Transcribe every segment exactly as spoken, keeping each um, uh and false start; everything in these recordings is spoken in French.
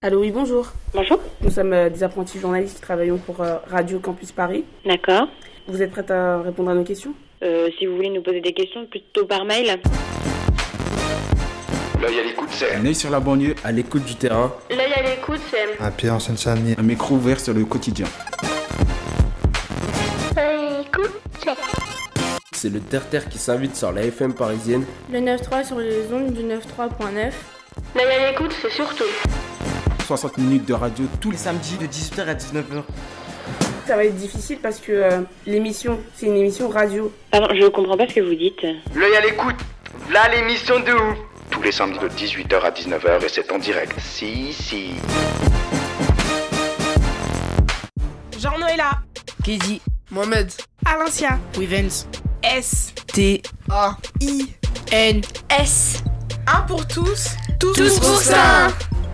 Allô, oui, bonjour. Bonjour. Nous sommes euh, des apprentis journalistes qui travaillons pour euh, Radio Campus Paris. D'accord. Vous êtes prête à répondre à nos questions? Euh, si vous voulez nous poser des questions, plutôt par mail. L'œil à l'écoute, c'est... Un œil sur la banlieue, à l'écoute du terrain. L'œil à l'écoute, c'est... Un pied en Seine-Saint-Denis. Un micro ouvert sur le quotidien. L'œil à l'écoute, c'est... C'est le terre-terre qui s'invite sur la F M parisienne. Le neuf trois sur les ondes du neuf trois point neuf. L'œil à l'écoute, c'est surtout... soixante minutes de radio tous les samedis de dix-huit heures à dix-neuf heures. Ça va être difficile parce que euh, l'émission, c'est une émission radio. Pardon, je comprends pas ce que vous dites. L'œil à l'écoute, là l'émission de ouf. Tous les samedis de dix-huit heures à dix-neuf heures et c'est en direct. Si, si. Jean-Noëlla, Kézi, Mohamed, Alancia, Wivens, S, T, A, I, N, S. un pour tous, tous, Tous pour ça.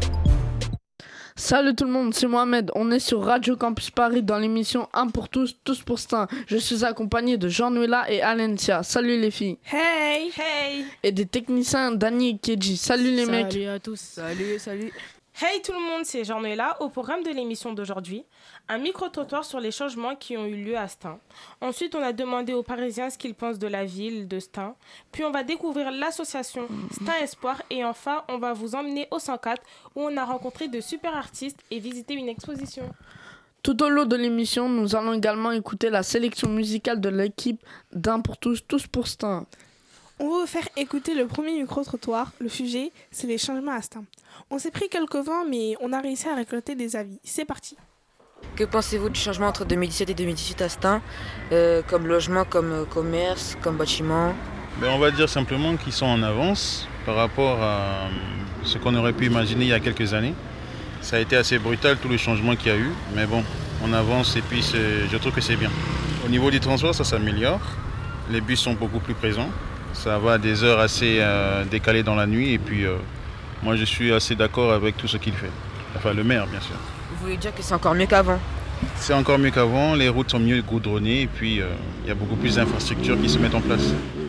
Salut tout le monde, c'est Mohamed. On est sur Radio Campus Paris dans l'émission un pour tous, tous pour ça. Je suis accompagné de Jean-Noëlla et Alencia. Salut les filles. Hey, hey. Et des techniciens Dani et Keji. Salut les mecs. Salut à tous. Salut, salut. Hey tout le monde, c'est Jean-Noëlla. Au programme de l'émission d'aujourd'hui, un micro-trottoir sur les changements qui ont eu lieu à Stein. Ensuite, on a demandé aux Parisiens ce qu'ils pensent de la ville de Stein. Puis, on va découvrir l'association Stein Espoir. Et enfin, on va vous emmener au cent quatre où on a rencontré de super artistes et visité une exposition. Tout au long de l'émission, nous allons également écouter la sélection musicale de l'équipe d'Un pour tous, tous pour Stein. On va vous faire écouter le premier micro-trottoir. Le sujet, c'est les changements à Stein. On s'est pris quelques vents, mais on a réussi à récolter des avis. C'est parti. Que pensez-vous du changement entre deux mille dix-sept et deux mille dix-huit à Stein, euh, comme logement, comme euh, commerce, comme bâtiment? Ben, on va dire simplement qu'ils sont en avance par rapport à ce qu'on aurait pu imaginer il y a quelques années. Ça a été assez brutal tout le changement qu'il y a eu, mais bon, on avance et puis c'est, je trouve que c'est bien. Au niveau du transport, ça s'améliore. Les bus sont beaucoup plus présents. Ça va à des heures assez euh, décalées dans la nuit et puis euh, moi je suis assez d'accord avec tout ce qu'il fait. Enfin le maire bien sûr. Vous voulez dire que c'est encore mieux qu'avant? C'est encore mieux qu'avant, les routes sont mieux goudronnées et puis il euh, y a beaucoup plus d'infrastructures qui se mettent en place.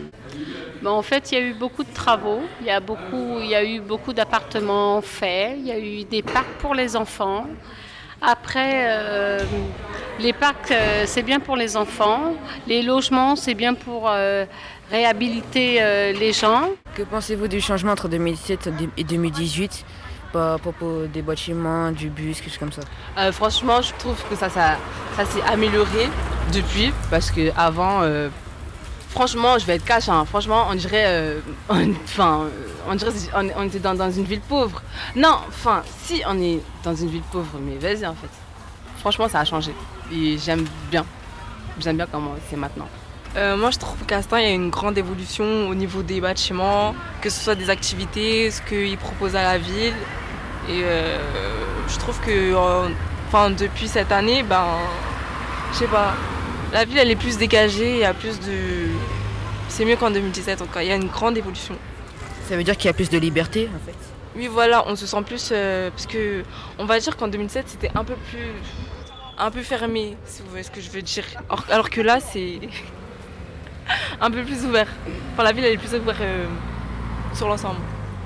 Bon, en fait, il y a eu beaucoup de travaux, il y a, beaucoup, il y a eu beaucoup d'appartements faits, il y a eu des parcs pour les enfants. Après, euh, les parcs, euh, c'est bien pour les enfants. Les logements, c'est bien pour euh, réhabiliter euh, les gens. Que pensez-vous du changement entre deux mille dix-sept et deux mille dix-huit à propos des bâtiments, du bus, quelque chose comme ça? euh, Franchement, je trouve que ça, ça, ça s'est amélioré depuis. Parce qu'avant, euh, franchement, je vais être cash, hein, franchement, on dirait, euh, on, enfin, on, dirait on, on était dans, dans une ville pauvre. Non, enfin, si on est dans une ville pauvre, mais vas-y en fait. Franchement, ça a changé. Et j'aime bien. J'aime bien comment c'est maintenant. Euh, moi, je trouve qu'à Stein, il y a une grande évolution au niveau des bâtiments, que ce soit des activités, ce qu'ils proposent à la ville. Et euh, je trouve que, enfin, depuis cette année, ben, je sais pas, la ville, elle est plus dégagée, il y a plus de... C'est mieux qu'en deux mille dix-sept, en tout cas, il y a une grande évolution. Ça veut dire qu'il y a plus de liberté, en fait? Oui, voilà, on se sent plus... Euh, parce que, on va dire qu'en deux mille sept, c'était un peu plus... un peu fermé, si vous voyez ce que je veux dire. Alors, alors que là, c'est un peu plus ouvert. Enfin, la ville, elle est plus ouverte euh, sur l'ensemble.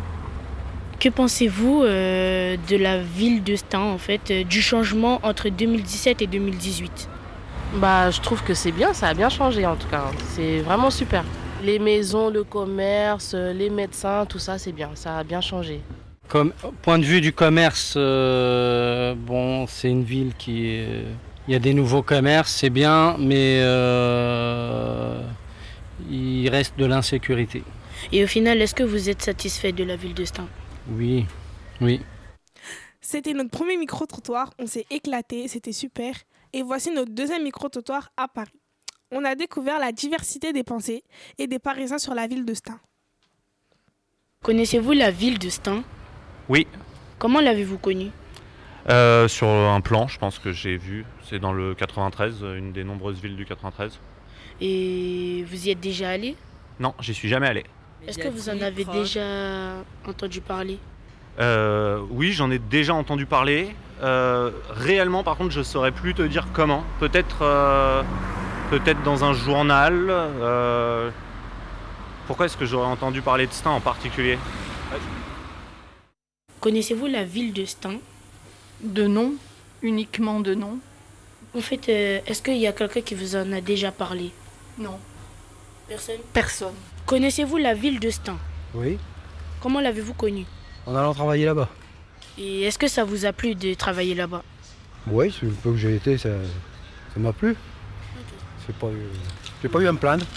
Que pensez-vous euh, de la ville de Stein, en fait, euh, du changement entre deux mille dix-sept et deux mille dix-huit? Bah, je trouve que c'est bien, ça a bien changé en tout cas. C'est vraiment super. Les maisons, le commerce, les médecins, tout ça, c'est bien, ça a bien changé. Comme point de vue du commerce, euh, bon, c'est une ville qui, euh, il y a des nouveaux commerces, c'est bien, mais euh, il reste de l'insécurité. Et au final, est-ce que vous êtes satisfait de la ville de Stein? Oui, oui. C'était notre premier micro-trottoir, on s'est éclaté, c'était super. Et voici notre deuxième micro-trottoir à Paris. On a découvert la diversité des pensées et des Parisiens sur la ville de Stein. Connaissez-vous la ville de Stein? Oui. Comment l'avez-vous connue? euh, Sur un plan, je pense que j'ai vu. C'est dans le quatre-vingt-treize, une des nombreuses villes du quatre-vingt-treize. Et vous y êtes déjà allé? Non, j'y suis jamais allé. Est-ce que vous en avez déjà entendu parler? euh, Oui, j'en ai déjà entendu parler. Euh, réellement, par contre, je saurais plus te dire comment. Peut-être, euh, peut-être dans un journal. Euh... Pourquoi est-ce que j'aurais entendu parler de Stein en particulier? Connaissez-vous la ville de Stein? De nom, uniquement de nom. En fait, euh, est-ce qu'il y a quelqu'un qui vous en a déjà parlé? Non. Personne? Personne. Connaissez-vous la ville de Stains? Oui. Comment l'avez-vous connue? En allant travailler là-bas. Et est-ce que ça vous a plu de travailler là-bas? Oui, le peu que j'ai été, ça, ça m'a plu. C'est pas eu, j'ai pas eu à me plaindre.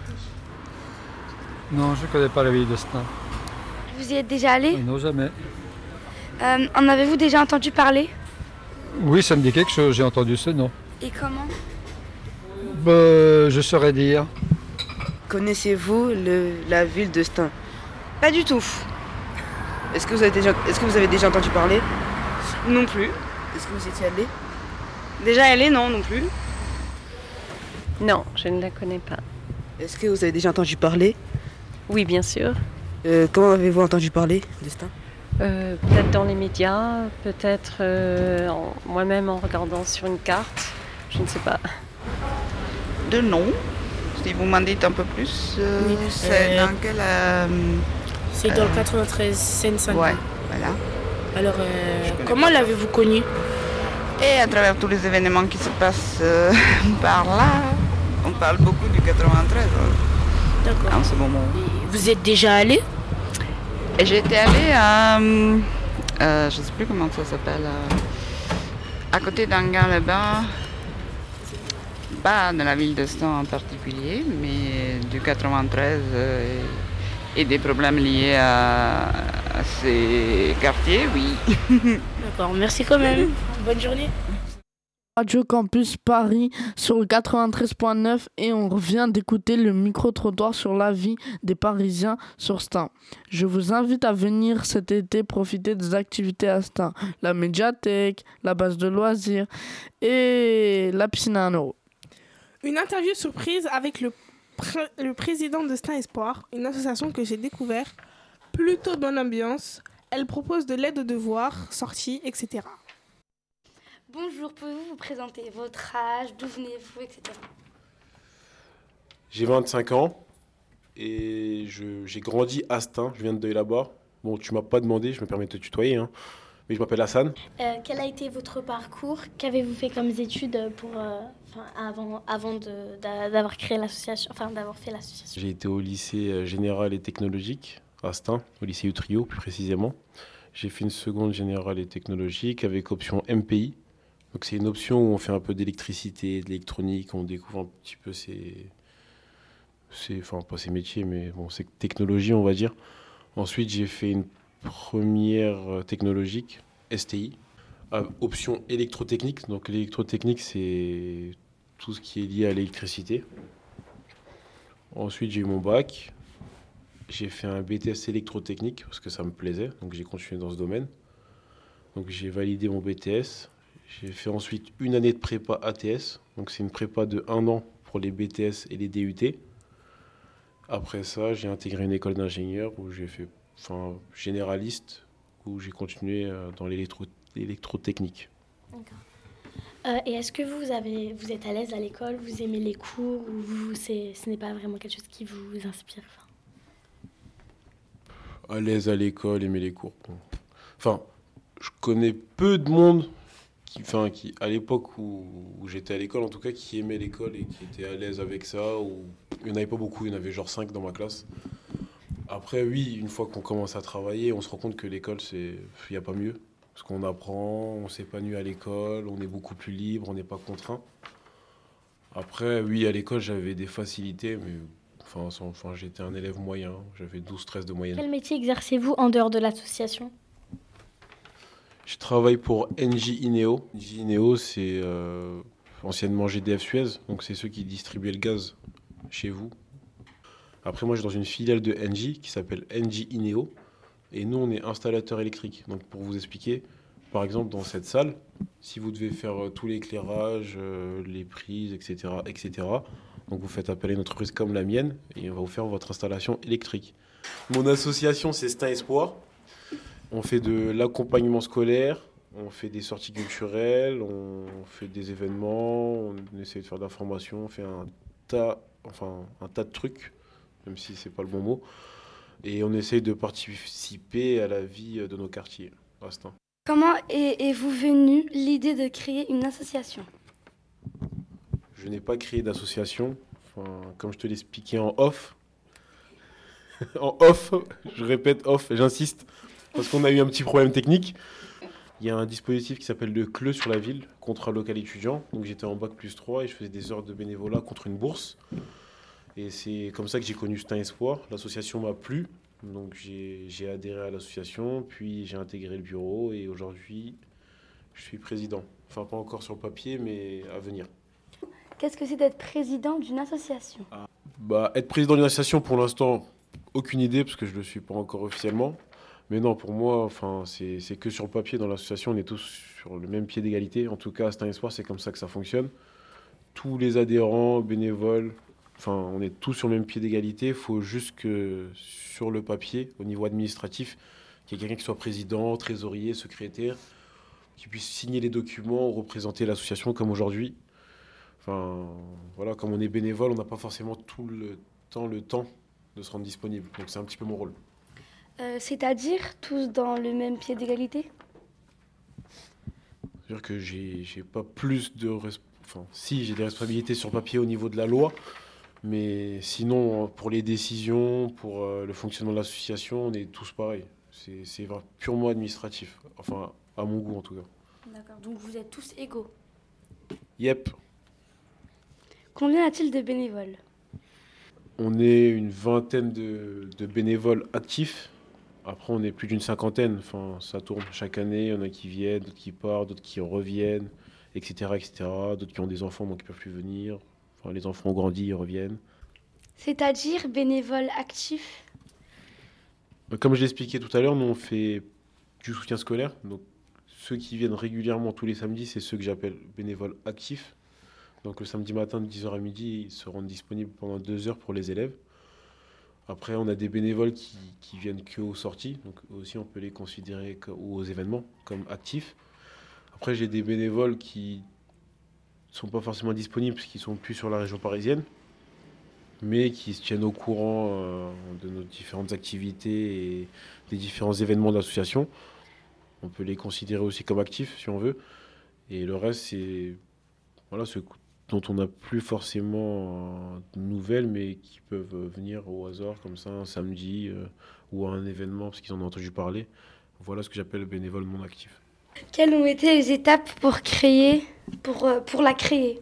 Non, je ne connais pas la ville de Stains. Vous y êtes déjà allé? Non, jamais. Euh, en avez-vous déjà entendu parler? Oui, ça me dit quelque chose, j'ai entendu ce nom. Et comment? Bah, je saurais dire. Connaissez-vous le, la ville de Stains? Pas du tout. Est-ce que vous avez déjà, est-ce que vous avez déjà entendu parler? Non plus. Est-ce que vous étiez allé? Déjà allé, non, non plus. Non, je ne la connais pas. Est-ce que vous avez déjà entendu parler? Oui, bien sûr. Euh, comment avez-vous entendu parler de Stains? Euh, peut-être dans les médias, peut-être euh, en- moi-même en regardant sur une carte, je ne sais pas. De nom, si vous m'en dites un peu plus, euh, Oui, c'est euh, dans quel... euh, C'est dans le euh, quatre-vingt-treize, Seine-Saint-Denis. Ouais, voilà. Alors, euh, Je connais comment pas. l'avez-vous connu? Et à travers tous les événements qui se passent euh, par là, on parle beaucoup du quatre-vingt-treize euh, D'accord. en ce moment. Vous êtes déjà allé? Et j'étais allée à... euh, euh, je ne sais plus comment ça s'appelle. euh, à côté d'Anguin-les-Bains. Pas de la ville de Stains en particulier, mais du quatre-vingt-treize euh, et, et des problèmes liés à, à ces quartiers, oui. D'accord, merci quand même. Bonne journée. Radio Campus Paris sur le quatre-vingt-treize point neuf et on revient d'écouter le micro-trottoir sur la vie des Parisiens sur Stains. Je vous invite à venir cet été profiter des activités à Stains, la médiathèque, la base de loisirs et la piscine à un euro. Une interview surprise avec le, pr- le président de Stains Espoir, une association que j'ai découvert. Plutôt bonne ambiance. Elle propose de l'aide aux devoirs, sorties, et cetera. Bonjour, pouvez-vous vous présenter votre âge, d'où venez-vous, et cetera. J'ai vingt-cinq ans et je- j'ai grandi à Stains, je viens de là-bas. Bon, tu m'as pas demandé, je me permets de te tutoyer, hein. Mais je m'appelle Hassan. Euh, quel a été votre parcours? Qu'avez-vous fait comme études pour, euh, enfin, avant, avant de, d'a- d'avoir créé l'association, enfin d'avoir fait l'association? J'ai été au lycée euh, général et technologique à Stains, au lycée Utrio plus précisément. J'ai fait une seconde générale et technologique avec option M P I. Donc c'est une option où on fait un peu d'électricité, de l'électronique, on découvre un petit peu ces, ces enfin pas ces métiers, mais bon, ces technologies on va dire. Ensuite j'ai fait une première euh, technologique, S T I, euh, option électrotechnique. Donc l'électrotechnique c'est tout ce qui est lié à l'électricité. Ensuite j'ai eu mon bac, j'ai fait un B T S électrotechnique parce que ça me plaisait, donc j'ai continué dans ce domaine. Donc j'ai validé mon B T S. J'ai fait ensuite une année de prépa A T S, donc c'est une prépa de un an pour les B T S et les D U T. Après ça, j'ai intégré une école d'ingénieur où j'ai fait, enfin, généraliste, où j'ai continué euh, dans l'électro- l'électrotechnique. D'accord. Euh, et est-ce que vous, avez, vous êtes à l'aise à l'école, vous aimez les cours, ou vous, c'est, ce n'est pas vraiment quelque chose qui vous inspire? Enfin, À l'aise à l'école, aimer les cours. Bon. Enfin, je connais peu de monde qui, enfin, qui à l'époque où, où j'étais à l'école, en tout cas, qui aimait l'école et qui était à l'aise avec ça. Ou... Il n'y en avait pas beaucoup, il y en avait genre cinq dans ma classe. Après, oui, une fois qu'on commence à travailler, on se rend compte que l'école, c'est... il n'y a pas mieux. Parce qu'on apprend, on s'épanouit à l'école, on est beaucoup plus libre, on n'est pas contraint. Après, oui, à l'école, j'avais des facilités, mais enfin, sans- enfin, j'étais un élève moyen, j'avais douze treize de moyenne. quel métier exercez-vous en dehors de l'association? Je travaille pour N J Ineo. N J Ineo, c'est euh, anciennement G D F Suez, donc c'est ceux qui distribuaient le gaz chez vous. Après, moi, je suis dans une filiale de N J qui s'appelle N J Ineo, et nous, on est installateur électrique. Donc, pour vous expliquer, par exemple, dans cette salle, si vous devez faire euh, tout l'éclairage, euh, les prises, et cetera, et cetera, donc vous faites appel à une entreprise comme la mienne, et on va vous faire votre installation électrique. Mon association, c'est Stains Espoir. On fait de l'accompagnement scolaire, on fait des sorties culturelles, on fait des événements, on essaie de faire de la formation, on fait un tas, enfin, un tas de trucs, même si c'est pas le bon mot. Et on essaie de participer à la vie de nos quartiers, à Stains. Comment est-vous venu l'idée de créer une association? Je n'ai pas créé d'association. Enfin, comme je te l'ai expliqué en off. en off, je répète off, j'insiste, parce qu'on a eu un petit problème technique. Il y a un dispositif qui s'appelle le C L E sur la ville, contrat local étudiant. Donc j'étais en bac plus trois et je faisais des heures de bénévolat contre une bourse. Et c'est comme ça que j'ai connu Stein Espoir. L'association m'a plu, donc j'ai, j'ai adhéré à l'association, puis j'ai intégré le bureau et aujourd'hui je suis président. Enfin pas encore sur le papier, mais à venir. Qu'est-ce que c'est d'être président d'une association? ah. Bah, être président d'une association pour l'instant, aucune idée parce que je ne le suis pas encore officiellement. Mais non, pour moi, enfin, c'est, c'est que sur le papier, dans l'association, on est tous sur le même pied d'égalité. En tout cas, à Stein Espoir, c'est comme ça que ça fonctionne. Tous les adhérents, bénévoles, enfin, on est tous sur le même pied d'égalité. Il faut juste que sur le papier, au niveau administratif, qu'il y ait quelqu'un qui soit président, trésorier, secrétaire, qui puisse signer les documents, représenter l'association comme aujourd'hui. Enfin, voilà, comme on est bénévole, on n'a pas forcément tout le temps, le temps de se rendre disponible. Donc c'est un petit peu mon rôle. Euh, c'est-à-dire tous dans le même pied d'égalité? C'est-à-dire que j'ai, j'ai pas plus de... Resp... Enfin, si, j'ai des responsabilités sur papier au niveau de la loi, mais sinon, pour les décisions, pour euh, le fonctionnement de l'association, on est tous pareils. C'est, c'est purement administratif. Enfin, à mon goût en tout cas. D'accord, donc vous êtes tous égaux? Yep. Combien y a-t-il de bénévoles? On est une vingtaine de, de bénévoles actifs. Après, on est plus d'une cinquantaine. Enfin, ça tourne chaque année. Il y en a qui viennent, d'autres qui partent, d'autres qui reviennent, et cetera, et cetera. D'autres qui ont des enfants, donc ils ne peuvent plus venir. Enfin, les enfants ont grandi, ils reviennent. C'est-à-dire bénévoles actifs? Comme je l'ai expliqué tout à l'heure, nous, on fait du soutien scolaire. Donc, ceux qui viennent régulièrement tous les samedis, c'est ceux que j'appelle bénévoles actifs. Donc, le samedi matin de dix heures à midi, ils se rendent disponibles pendant deux heures pour les élèves. Après, on a des bénévoles qui, qui viennent que aux sorties, donc aussi on peut les considérer ou aux événements comme actifs. Après, j'ai des bénévoles qui ne sont pas forcément disponibles parce qu'ils ne sont plus sur la région parisienne, mais qui se tiennent au courant euh, de nos différentes activités et des différents événements de l'association. On peut les considérer aussi comme actifs si on veut. Et le reste, c'est voilà, ce dont on n'a plus forcément de nouvelles, mais qui peuvent venir au hasard, comme ça, un samedi euh, ou à un événement, parce qu'ils en ont entendu parler. Voilà ce que j'appelle le bénévole non actif. Quelles ont été les étapes pour créer, pour, euh, pour la créer?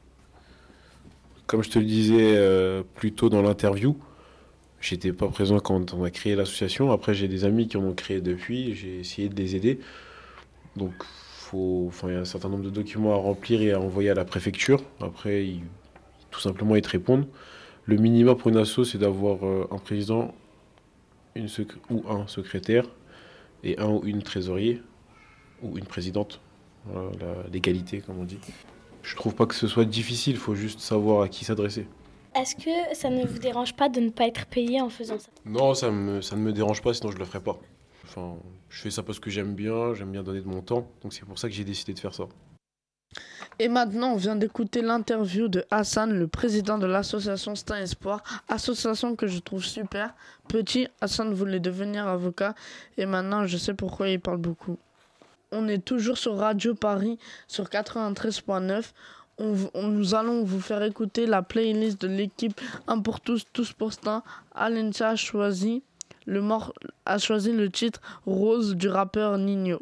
Comme je te le disais euh, plus tôt dans l'interview, j'étais pas présent quand on a créé l'association. Après, j'ai des amis qui en ont créé depuis, j'ai essayé de les aider. Donc, Faut, enfin, il y a un certain nombre de documents à remplir et à envoyer à la préfecture. Après, ils, tout simplement, ils te répondent. Le minimum pour une asso, c'est d'avoir euh, un président une sec- ou un secrétaire et un ou une trésorier ou une présidente. Voilà, la, l'égalité, comme on dit. Je trouve pas que ce soit difficile, il faut juste savoir à qui s'adresser. Est-ce que ça ne vous dérange pas de ne pas être payé en faisant ça? Non, ça, me, ça ne me dérange pas, sinon je le ferais pas. Enfin, je fais ça parce que j'aime bien, j'aime bien donner de mon temps, donc c'est pour ça que j'ai décidé de faire ça. Et maintenant, on vient d'écouter l'interview de Hassan, le président de l'association Stein Espoir, association que je trouve super. Petit, Hassan voulait devenir avocat et maintenant je sais pourquoi il parle beaucoup. On est toujours sur Radio Paris, sur quatre-vingt-treize point neuf. On, on, nous allons vous faire écouter la playlist de l'équipe Un pour tous, tous pour Stein. Alentia a choisi, le mor- a choisi le titre Rose du rappeur Nino.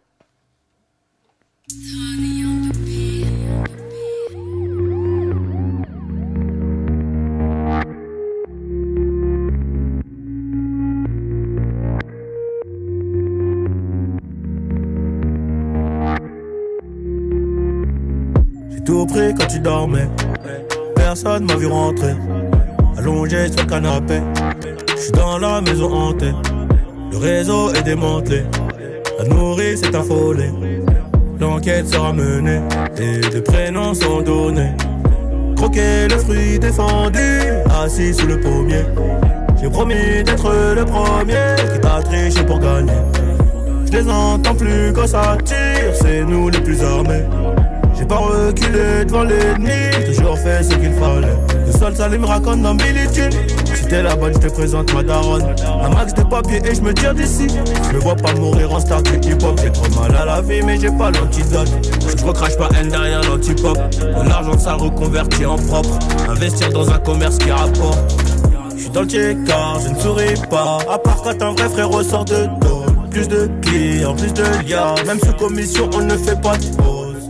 Tout pris quand tu dormais. Personne m'a vu rentrer. Allongé sur le canapé. J'suis dans la maison hantée. Le réseau est démantelé. La nourrice est affolée. L'enquête sera menée. Et des prénoms sont donnés. Croquer le fruit défendu. Assis sous le pommier. J'ai promis d'être le premier qui t'a triché pour gagner. Je les entends plus quand ça tire. C'est nous les plus armés. J'ai J'ai pas reculé devant l'ennemi, j'ai toujours fait ce qu'il fallait. Le sol ça me raconte dans Billie Jean. Si t'es la bonne, je te présente ma daronne. Un max de papier et je me tire d'ici. Je me vois pas mourir en star du hip-hop. J'ai trop mal à la vie mais j'ai pas l'antidote. Je recrache pas haine derrière l'antipop. De l'argent sale reconverti en propre. Investir dans un commerce qui rapporte. J'suis dans le check-car, je ne souris pas. À part quand un vrai frère ressort de dos. Plus de clients, plus de liens. Même sous commission on ne fait pas de pause.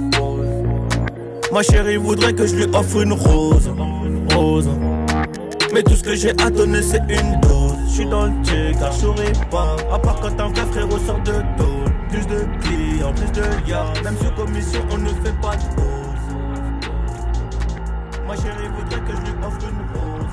Ma chérie voudrait que je lui offre une rose. Rose. Mais tout ce que j'ai à donner c'est une dose. J'suis dans le check-car, je souris pas. À part quand un vrai frère ressort de dos. Plus de clients, plus de liens. Même sous commission on ne fait pas de pause. Ma chérie voudrait que je lui offre une rose.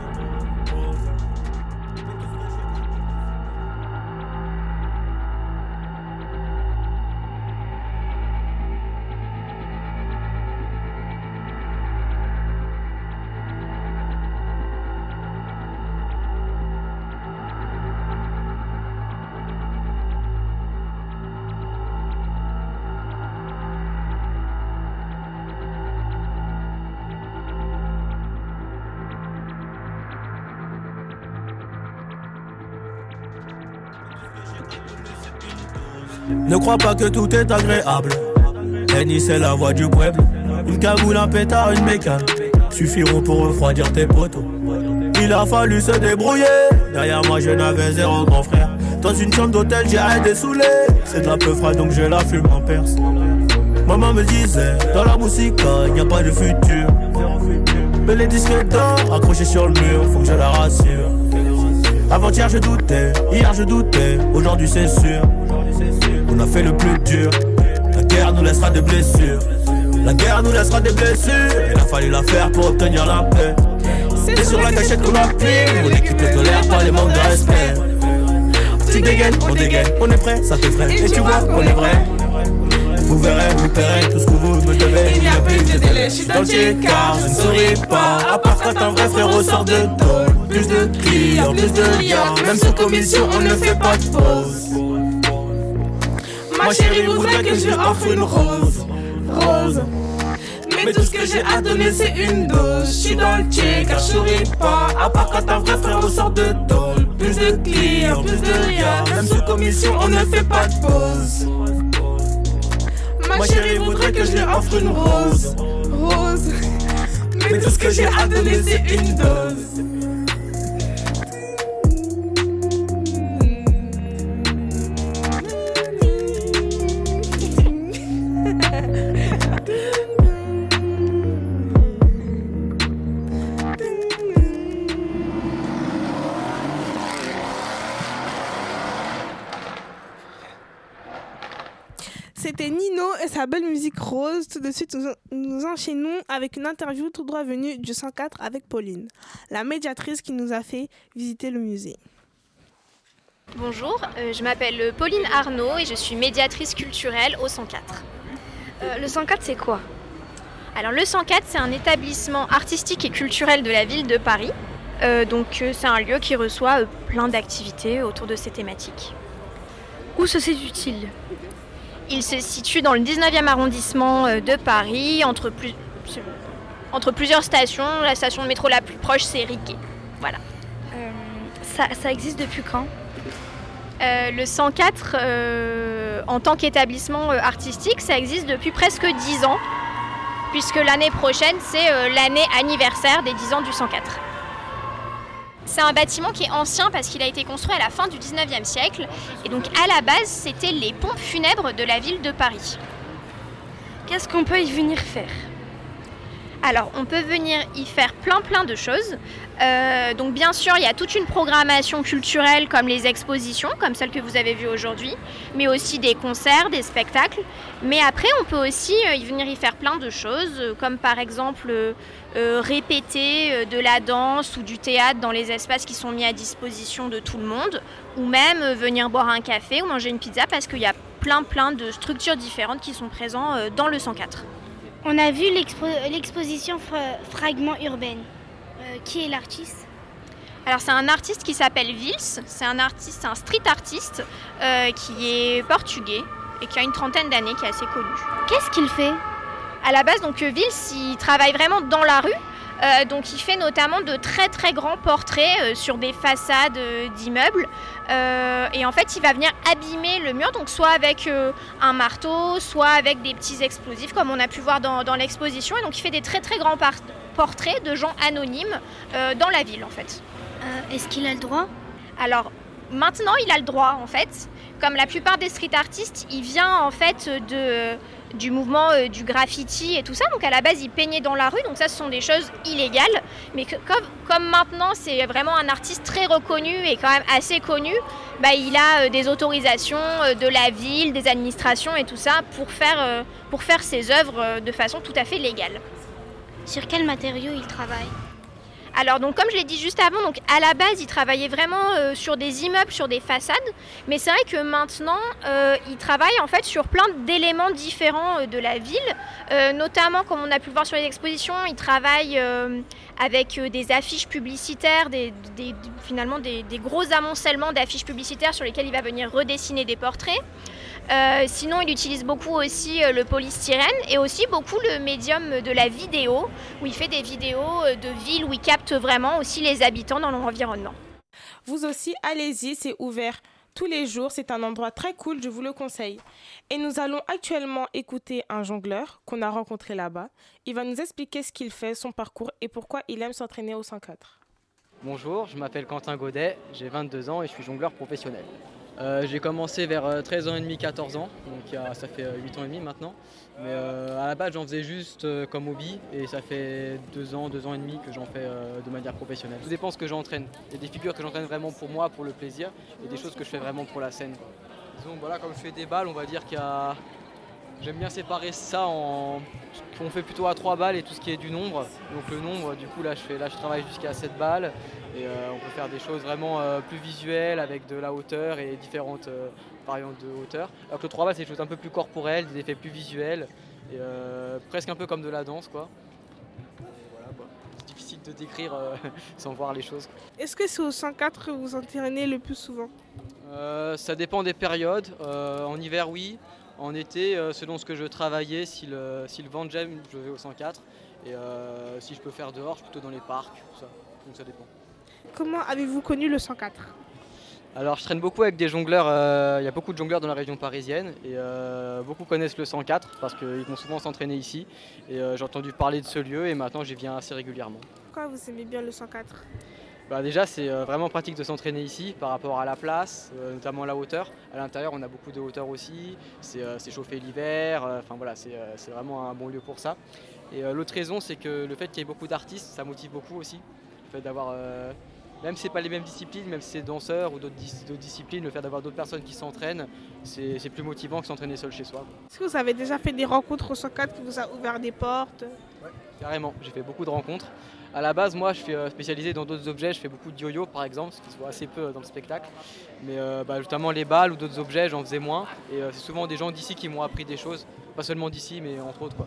Ne crois pas que tout est agréable. Henny c'est la voix du peuple. Une cagoule, un pétard, une bécane suffiront pour refroidir tes poteaux. Il a fallu se débrouiller. Derrière moi je n'avais zéro grand frère. Dans une chambre d'hôtel j'ai arrêté saoulé. C'est de la peu frais donc je la fume en perse. Maman me disait, dans la musique y a pas de futur. Mais les disques d'or accrochés sur le mur, faut que je la rassure. Avant-hier je doutais, hier je doutais, aujourd'hui c'est sûr. On a fait le plus dur. La guerre nous laissera des blessures. La guerre nous laissera des blessures. Il a fallu la faire pour obtenir la paix. C'est sur la cachette qu'on appuie. Mon équipe ne tolère pas les manques de respect. Tu dégaines, on dégaine, on est prêt, ça te ferait. Et tu vois qu'on est vrai. Vous verrez, vous paierez tout ce que vous me devez. Il n'y a plus de délai, je suis dans le check-car. Je ne souris pas, à part quand un vrai frère ressort de dos. Plus de clients, plus de liens. Même sous commission, on ne fait pas de pause. Ma chérie voudrait que je lui offre une rose. Rose. Mais tout ce que j'ai à donner c'est une dose. Je suis dans le check car je souris pas. À part quand un vrai frère ressort de tôle. Plus de clients, plus de liens. Même sous commission on ne fait pas de pause. Ma chérie voudrait que je lui offre une rose. Rose. Mais tout ce que j'ai à donner c'est une dose. C'était Nino et sa belle musique rose. Tout de suite, nous, nous enchaînons avec une interview tout droit venue du cent quatre avec Pauline, la médiatrice qui nous a fait visiter le musée. Bonjour, euh, je m'appelle Pauline Arnaud et je suis médiatrice culturelle au cent quatre. Euh, le cent quatre, c'est quoi ? Alors le cent quatre, c'est un établissement artistique et culturel de la ville de Paris. Euh, donc euh, c'est un lieu qui reçoit euh, plein d'activités autour de ces thématiques. Où se situe-t-il ? Il se situe dans le dix-neuvième arrondissement de Paris, entre, plus, entre plusieurs stations. La station de métro la plus proche, c'est Riquet. Voilà. Euh, ça, ça existe depuis quand ? euh, Le cent quatre, euh, en tant qu'établissement euh, artistique, ça existe depuis presque dix ans, puisque l'année prochaine, c'est euh, l'année anniversaire des dix ans du cent quatre. C'est un bâtiment qui est ancien parce qu'il a été construit à la fin du dix-neuvième siècle. Et donc à la base, c'était les pompes funèbres de la ville de Paris. Qu'est-ce qu'on peut y venir faire ? Alors, on peut venir y faire plein plein de choses. Euh, donc bien sûr, il y a toute une programmation culturelle comme les expositions, comme celle que vous avez vue aujourd'hui, mais aussi des concerts, des spectacles. Mais après, on peut aussi euh, y venir y faire plein de choses, euh, comme par exemple euh, euh, répéter euh, de la danse ou du théâtre dans les espaces qui sont mis à disposition de tout le monde, ou même euh, venir boire un café ou manger une pizza, parce qu'il y a plein plein de structures différentes qui sont présentes euh, dans le cent quatre. On a vu l'expo- l'exposition fra- Fragments urbains. Euh, qui est l'artiste ? Alors c'est un artiste qui s'appelle Vils, c'est un artiste, un street artiste euh, qui est portugais et qui a une trentaine d'années, qui est assez connu. Qu'est-ce qu'il fait ? À la base, donc Vils, il travaille vraiment dans la rue. Euh, donc il fait notamment de très très grands portraits euh, sur des façades euh, d'immeubles. Euh, et en fait, il va venir abîmer le mur, donc soit avec euh, un marteau, soit avec des petits explosifs, comme on a pu voir dans, dans l'exposition. Et donc il fait des très très grands par- portraits de gens anonymes euh, dans la ville, en fait. Euh, est-ce qu'il a le droit ? Alors, maintenant, il a le droit, en fait. Comme la plupart des street artistes, il vient en fait de... du mouvement euh, du graffiti et tout ça. Donc à la base, il peignait dans la rue. Donc ça, ce sont des choses illégales. Mais que, comme, comme maintenant, c'est vraiment un artiste très reconnu et quand même assez connu, bah, il a euh, des autorisations euh, de la ville, des administrations et tout ça pour faire, euh, pour faire ses œuvres euh, de façon tout à fait légale. Sur quels matériaux il travaille ? Alors donc comme je l'ai dit juste avant, donc à la base il travaillait vraiment euh, sur des immeubles, sur des façades, mais c'est vrai que maintenant euh, il travaille en fait sur plein d'éléments différents euh, de la ville, euh, notamment comme on a pu le voir sur les expositions, il travaille euh, avec euh, des affiches publicitaires, des, des, finalement des, des gros amoncellements d'affiches publicitaires sur lesquels il va venir redessiner des portraits. Euh, sinon, il utilise beaucoup aussi euh, le polystyrène et aussi beaucoup le médium de la vidéo, où il fait des vidéos euh, de villes où il capte vraiment aussi les habitants dans leur environnement. Vous aussi, allez-y, c'est ouvert tous les jours, c'est un endroit très cool, je vous le conseille. Et nous allons actuellement écouter un jongleur qu'on a rencontré là-bas. Il va nous expliquer ce qu'il fait, son parcours et pourquoi il aime s'entraîner au cent quatre. Bonjour, je m'appelle Quentin Godet, j'ai vingt-deux ans et je suis jongleur professionnel. Euh, j'ai commencé vers treize ans et demi, quatorze ans, donc euh, ça fait huit ans et demi maintenant. Mais euh, à la base, j'en faisais juste euh, comme hobby et ça fait deux ans, deux ans et demi que j'en fais euh, de manière professionnelle. Tout dépend de ce que j'entraîne. Il y a des figures que j'entraîne vraiment pour moi, pour le plaisir, et des choses que je fais vraiment pour la scène. Disons, voilà, comme je fais des balles, on va dire qu'il y a... J'aime bien séparer ça en... On fait plutôt à trois balles et tout ce qui est du nombre. Donc le nombre, du coup, là, je, fais... là, je travaille jusqu'à sept balles. Et euh, on peut faire des choses vraiment euh, plus visuelles avec de la hauteur et différentes euh, variantes de hauteur. Alors que le trois balles, c'est des choses un peu plus corporelles, des effets plus visuels. Et euh, presque un peu comme de la danse, quoi. Et voilà, bah, c'est difficile de décrire euh, sans voir les choses. Est-ce que c'est au cent quatre que vous vous entraînez le plus souvent ? euh, Ça dépend des périodes. Euh, en hiver, oui. En été, euh, selon ce que je travaillais, si le, si le vent j'aime, je vais au cent quatre. Et euh, si je peux faire dehors, je suis plutôt dans les parcs, tout ça. Donc ça dépend. Comment avez-vous connu le cent quatre ? Alors je traîne beaucoup avec des jongleurs, euh, il y a beaucoup de jongleurs dans la région parisienne et euh, beaucoup connaissent le cent quatre parce qu'ils vont souvent s'entraîner ici. Et euh, j'ai entendu parler de ce lieu et maintenant j'y viens assez régulièrement. Pourquoi vous aimez bien le cent quatre ? Bah déjà c'est euh, vraiment pratique de s'entraîner ici par rapport à la place, euh, notamment la hauteur. À l'intérieur on a beaucoup de hauteur aussi, c'est, euh, c'est chauffé l'hiver, enfin euh, voilà c'est, euh, c'est vraiment un bon lieu pour ça. Et euh, l'autre raison c'est que le fait qu'il y ait beaucoup d'artistes, ça motive beaucoup aussi. Le fait d'avoir, euh, même si ce n'est pas les mêmes disciplines, même si c'est danseur ou d'autres, dis- d'autres disciplines, le fait d'avoir d'autres personnes qui s'entraînent, c'est, c'est plus motivant que s'entraîner seul chez soi. Est-ce que vous avez déjà fait des rencontres au cent quatre qui vous a ouvert des portes ? Ouais, carrément, j'ai fait beaucoup de rencontres. À la base, moi, je suis spécialisé dans d'autres objets. Je fais beaucoup de yo-yo, par exemple, ce qui se voit assez peu dans le spectacle. Mais euh, bah, notamment les balles ou d'autres objets, j'en faisais moins. Et euh, c'est souvent des gens d'ici qui m'ont appris des choses. Pas seulement d'ici, mais entre autres, quoi.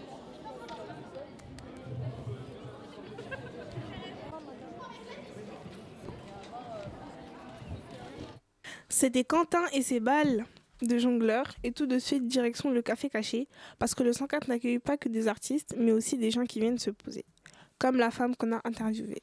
C'était Quentin et ses balles de jongleur et tout de suite direction le café caché parce que le cent quatre n'accueille pas que des artistes mais aussi des gens qui viennent se poser, comme la femme qu'on a interviewée.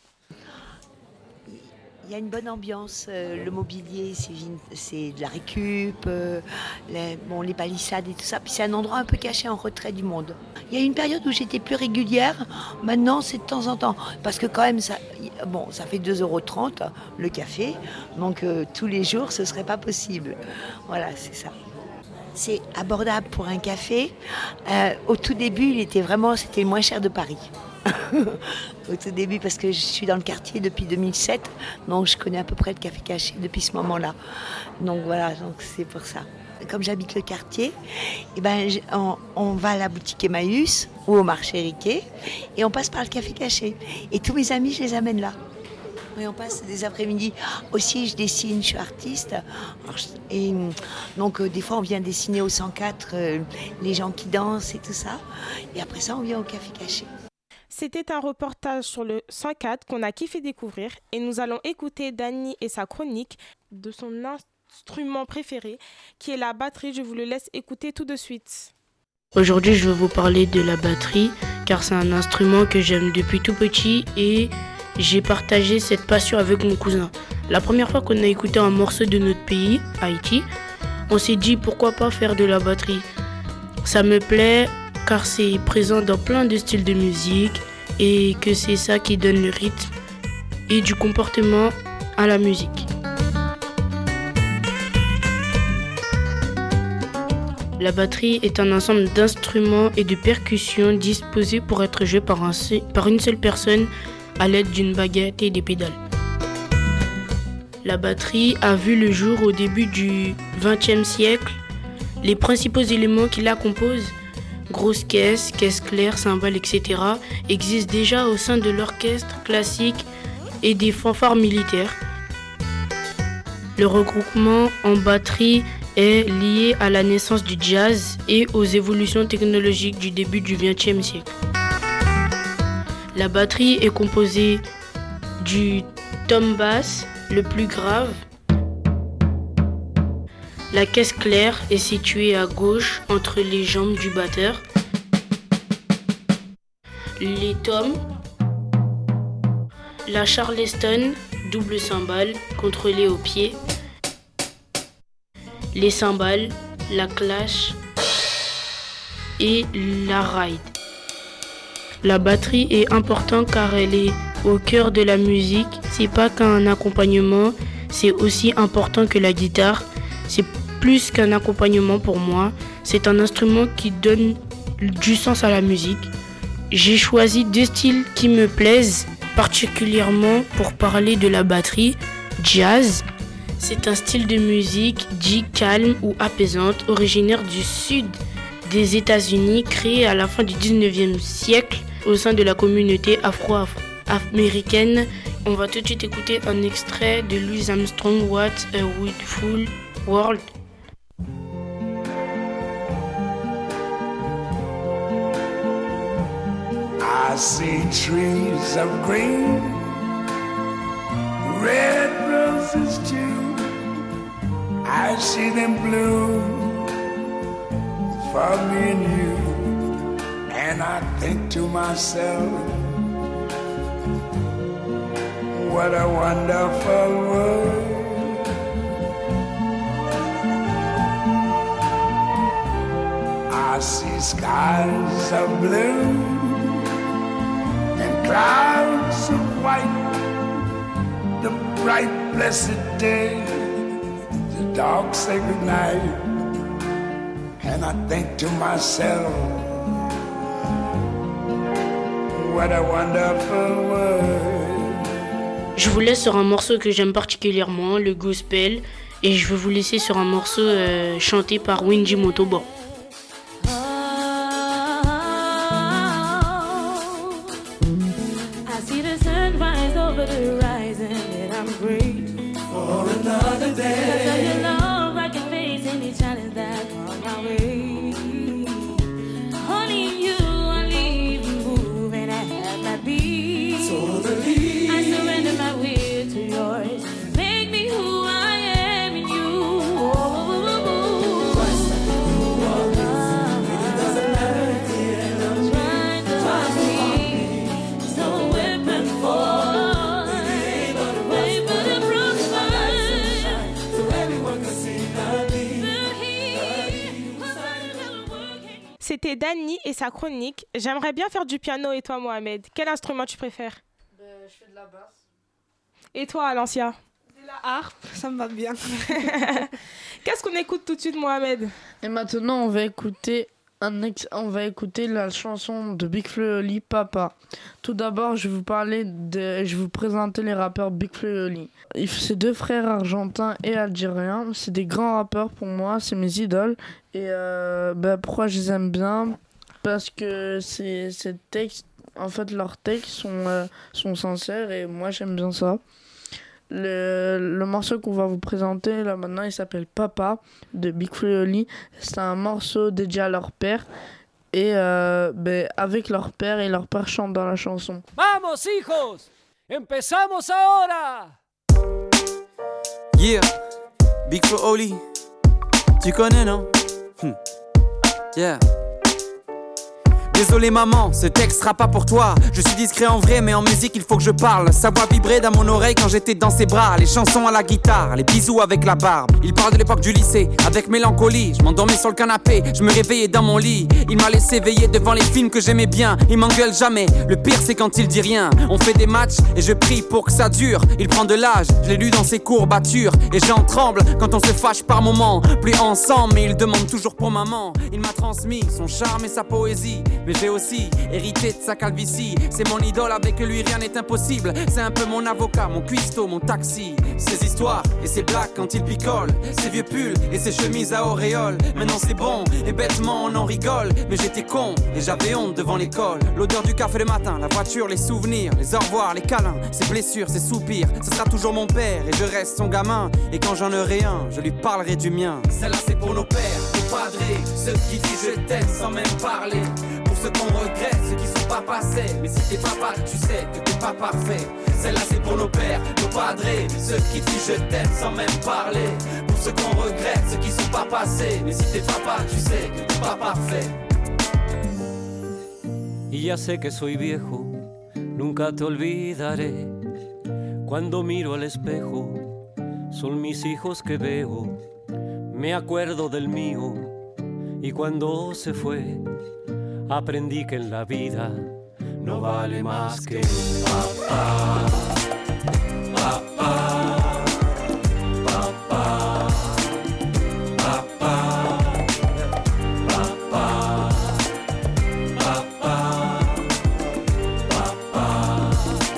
Il y a une bonne ambiance, euh, le mobilier c'est, c'est de la récup, euh, les, bon, les palissades et tout ça, puis c'est un endroit un peu caché en retrait du monde. Il y a une période où j'étais plus régulière, maintenant c'est de temps en temps, parce que quand même ça, bon, ça fait deux euros trente le café, donc euh, tous les jours ce serait pas possible. Voilà, c'est ça. C'est abordable pour un café. Euh, au tout début, il était vraiment, c'était le moins cher de Paris. Au tout début, parce que je suis dans le quartier depuis deux mille sept, donc je connais à peu près le café caché depuis ce moment-là. Donc voilà, donc c'est pour ça. Comme j'habite le quartier, eh ben, on, on va à la boutique Emmaüs ou au marché Riquet et on passe par le café caché. Et tous mes amis, je les amène là. Et on passe des après-midi. Aussi, je dessine, je suis artiste. Et donc, euh, des fois, on vient dessiner au cent quatre euh, les gens qui dansent et tout ça. Et après ça, on vient au café caché. C'était un reportage sur le cent quatre qu'on a kiffé découvrir et nous allons écouter Dany et sa chronique de son instrument préféré qui est la batterie. Je vous le laisse écouter tout de suite. Aujourd'hui, je vais vous parler de la batterie, car c'est un instrument que j'aime depuis tout petit et j'ai partagé cette passion avec mon cousin. La première fois qu'on a écouté un morceau de notre pays, Haïti, on s'est dit pourquoi pas faire de la batterie. Ça me plaît car c'est présent dans plein de styles de musique et que c'est ça qui donne le rythme et du comportement à la musique. La batterie est un ensemble d'instruments et de percussions disposés pour être joués par, un, par une seule personne à l'aide d'une baguette et des pédales. La batterie a vu le jour au début du vingtième siècle. Les principaux éléments qui la composent, grosses caisses, caisses claires, cymbales, et cetera, existent déjà au sein de l'orchestre classique et des fanfares militaires. Le regroupement en batterie est lié à la naissance du jazz et aux évolutions technologiques du début du vingtième siècle. La batterie est composée du tom basse, le plus grave. La caisse claire est située à gauche entre les jambes du batteur. Les toms. La charleston, double cymbale, contrôlée au pied. Les cymbales, la clash et la ride. La batterie est importante car elle est au cœur de la musique. C'est pas qu'un accompagnement, c'est aussi important que la guitare. C'est plus qu'un accompagnement pour moi. C'est un instrument qui donne du sens à la musique. J'ai choisi deux styles qui me plaisent particulièrement pour parler de la batterie. Jazz. C'est un style de musique dit calme ou apaisante, originaire du sud des États-Unis, créé à la fin du dix-neuvième siècle au sein de la communauté afro-américaine. On va tout de suite écouter un extrait de Louis Armstrong, What a Wonderful World. I see trees of green, red roses too. I see them bloom for me and you, and I think to myself, what a wonderful world. I see skies of blue and clouds of white, the bright blessed day, the dark sacred night, and I think to myself, what a wonderful world. Je vous laisse sur un morceau que j'aime particulièrement, le gospel, et je vais vous laisser sur un morceau euh, chanté par Wendy Motoba. C'était Dany et sa chronique. J'aimerais bien faire du piano, et toi Mohamed, quel instrument tu préfères? Ben, je fais de la basse. Et toi Alancia? De la harpe, ça me va bien. Qu'est-ce qu'on écoute tout de suite Mohamed? Et maintenant on va écouter un ex- on va écouter la chanson de Big Flo et Oli, Papa. Tout d'abord, je vais vous parler de je vais vous présenter les rappeurs Big Flo et Oli. C'est deux frères argentins et algériens, c'est des grands rappeurs pour moi, c'est mes idoles. Et euh, bah, pourquoi je les aime bien? Parce que c'est, ces textes, en fait leurs textes sont, euh, sont sincères et moi j'aime bien ça. Le, le morceau qu'on va vous présenter là maintenant, il s'appelle Papa de Big Flo et Oli. C'est un morceau dédié à leur père et euh, ben, avec leur père, et leur père chante dans la chanson. Vamos hijos, empezamos ahora. Yeah, Big Flo et Oli, tu connais non? Hmm. Yeah, Désolé maman, ce texte sera pas pour toi. Je suis discret en vrai mais en musique il faut que je parle. Sa voix vibrait dans mon oreille quand j'étais dans ses bras. Les chansons à la guitare, les bisous avec la barbe. Il parle de l'époque du lycée, avec mélancolie. Je m'endormais sur le canapé, je me réveillais dans mon lit. Il m'a laissé veiller devant les films que j'aimais bien. Il m'engueule jamais, le pire c'est quand il dit rien. On fait des matchs et je prie pour que ça dure. Il prend de l'âge, je l'ai lu dans ses courbatures. Et j'en tremble quand on se fâche par moments. Plus ensemble mais il demande toujours pour maman. Il m'a transmis son charme et sa poésie. Mais j'ai aussi hérité de sa calvitie. C'est mon idole, avec lui rien n'est impossible. C'est un peu mon avocat, mon cuistot, mon taxi. Ses histoires et ses blagues quand il picole. Ses vieux pulls et ses chemises à auréole. Maintenant c'est bon et bêtement on en rigole. Mais j'étais con et j'avais honte devant l'école. L'odeur du café le matin, la voiture, les souvenirs, les au revoir, les câlins, ses blessures, ses soupirs. Ce sera toujours mon père et je reste son gamin. Et quand j'en aurai un, je lui parlerai du mien. Celle-là c'est pour nos pères, nos padrés, ceux qui disent je t'aime sans même parler. Pour ceux qu'on regrette, ceux qui sont pas passés. Mais si t'es papa, tu sais que t'es pas parfait. Celle-là c'est pour nos pères, nos padrés, ceux qui disent je t'aime sans même parler. Pour ceux qu'on regrette, ceux qui sont pas passés. Mais si t'es papa, tu sais que t'es pas parfait. Y ya sé que soy viejo, nunca te olvidaré. Cuando miro al espejo, son mis hijos que veo. Me acuerdo del mío y cuando se fue, aprendí que en la vida no vale más que papá, papá, papá, papá, papá, papá,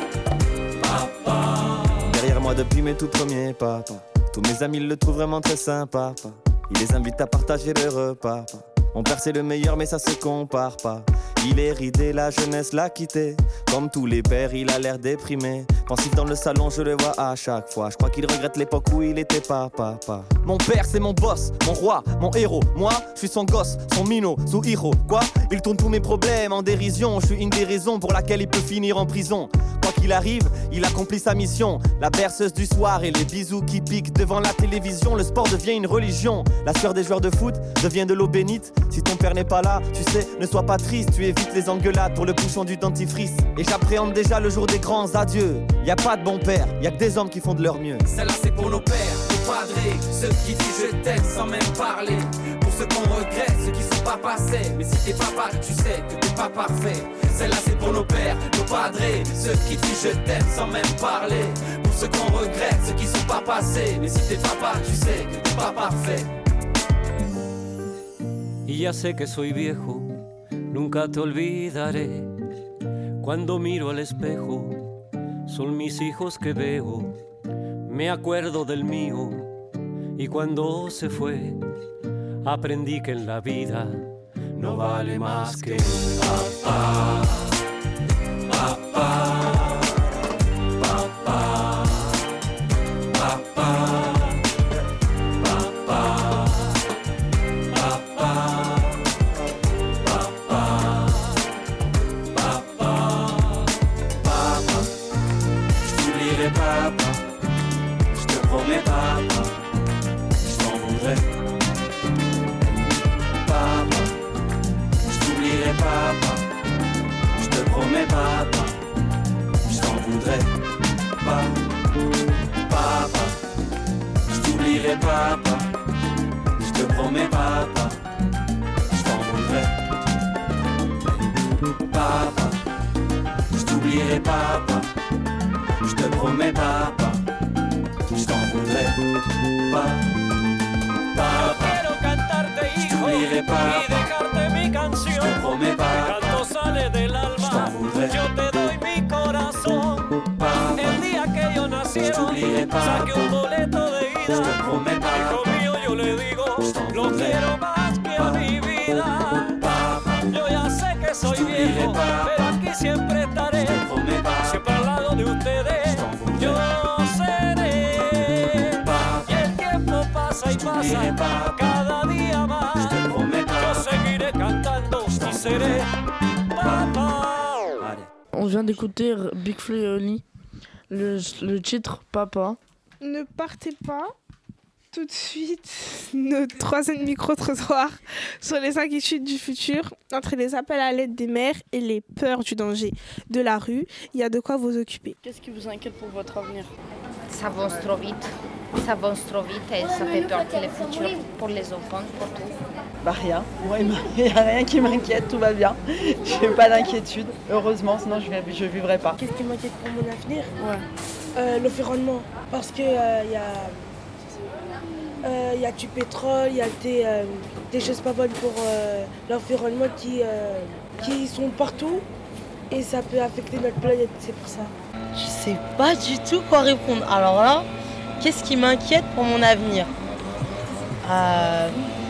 papá. Derrière moi depuis mes tout premiers pas, tous mes amis le trouvent vraiment très sympa. Il les invite à partager le repas. Mon père c'est le meilleur mais ça se compare pas. Il est ridé, la jeunesse l'a quitté. Comme tous les pères, il a l'air déprimé. Pensif dans le salon, je le vois à chaque fois. Je crois qu'il regrette l'époque où il était pas papa. Mon père c'est mon boss, mon roi, mon héros. Moi, je suis son gosse, son minot, son héros. Quoi ? Il tourne tous mes problèmes en dérision. Je suis une des raisons pour laquelle il peut finir en prison. Quoi qu'il arrive, il accomplit sa mission. La berceuse du soir et les bisous qui piquent devant la télévision. Le sport devient une religion. La sueur des joueurs de foot devient de l'eau bénite. Si ton père n'est pas là, tu sais, ne sois pas triste. Tu évites les engueulades pour le bouchon du dentifrice. Et j'appréhende déjà le jour des grands adieux. Y a pas de bon père, y a que des hommes qui font de leur mieux. Celle-là c'est pour nos pères, nos padrés, ceux qui disent je t'aime sans même parler. Pour ceux qu'on regrette, ceux qui sont pas passés. Mais si t'es papa, tu sais que t'es pas parfait. Celle-là c'est pour nos pères, nos padrés, ceux qui disent je t'aime sans même parler. Pour ceux qu'on regrette, ceux qui sont pas passés. Mais si t'es papa, tu sais que t'es pas parfait. Y ya sé que soy viejo, nunca te olvidaré. Cuando miro al espejo, son mis hijos que veo. Me acuerdo del mío y cuando se fue, aprendí que en la vida no vale más que papá, papá. Papa, je t'en voudrais pas. Papa, je t'oublierai papa. Je te promets papa, je t'en voudrais. Papa, je t'oublierai papa. Je te promets papa, je t'en voudrais pas. Papa, je t'oublierai papa. Mi canción, je te promets papa. Canto sale del alma, yo te doy mi corazón. Papa, el día que yo nacieron, saqué un boleto de ida. Je te promets papa. Hijo mío, yo le digo, lo quiero más que a mi vida. Papa, yo ya sé que soy viejo, papa. pero aquí siempre estaré, siempre al lado de ustedes. Yo seré, papa. Y el tiempo pasa y pasa, cada día más. Yo seguiré cantando y seré papa. On vient d'écouter Big Flo et Oli, le, le titre Papa. Ne partez pas. tout de suite notre troisième micro-trottoir sur les inquiétudes du futur, entre les appels à l'aide des mères et les peurs du danger de la rue. Il y a de quoi vous occuper. Qu'est-ce qui vous inquiète pour votre avenir? Ça avance trop vite. Ça avance trop vite et ça fait peur pour le futur, pour les enfants, pour tout. Bah rien, moi il n'y a rien qui m'inquiète, tout va bien. Je n'ai pas d'inquiétude, heureusement, sinon je ne vivrais pas. Qu'est-ce qui m'inquiète pour mon avenir? Ouais. Euh, l'environnement, parce qu'il euh, y a... Il euh, y a du pétrole, il y a des, euh, des choses pas bonnes pour euh, l'environnement qui, euh, qui sont partout et ça peut affecter notre planète, c'est pour ça. Je sais pas du tout quoi répondre. Alors là, qu'est-ce qui m'inquiète pour mon avenir? euh,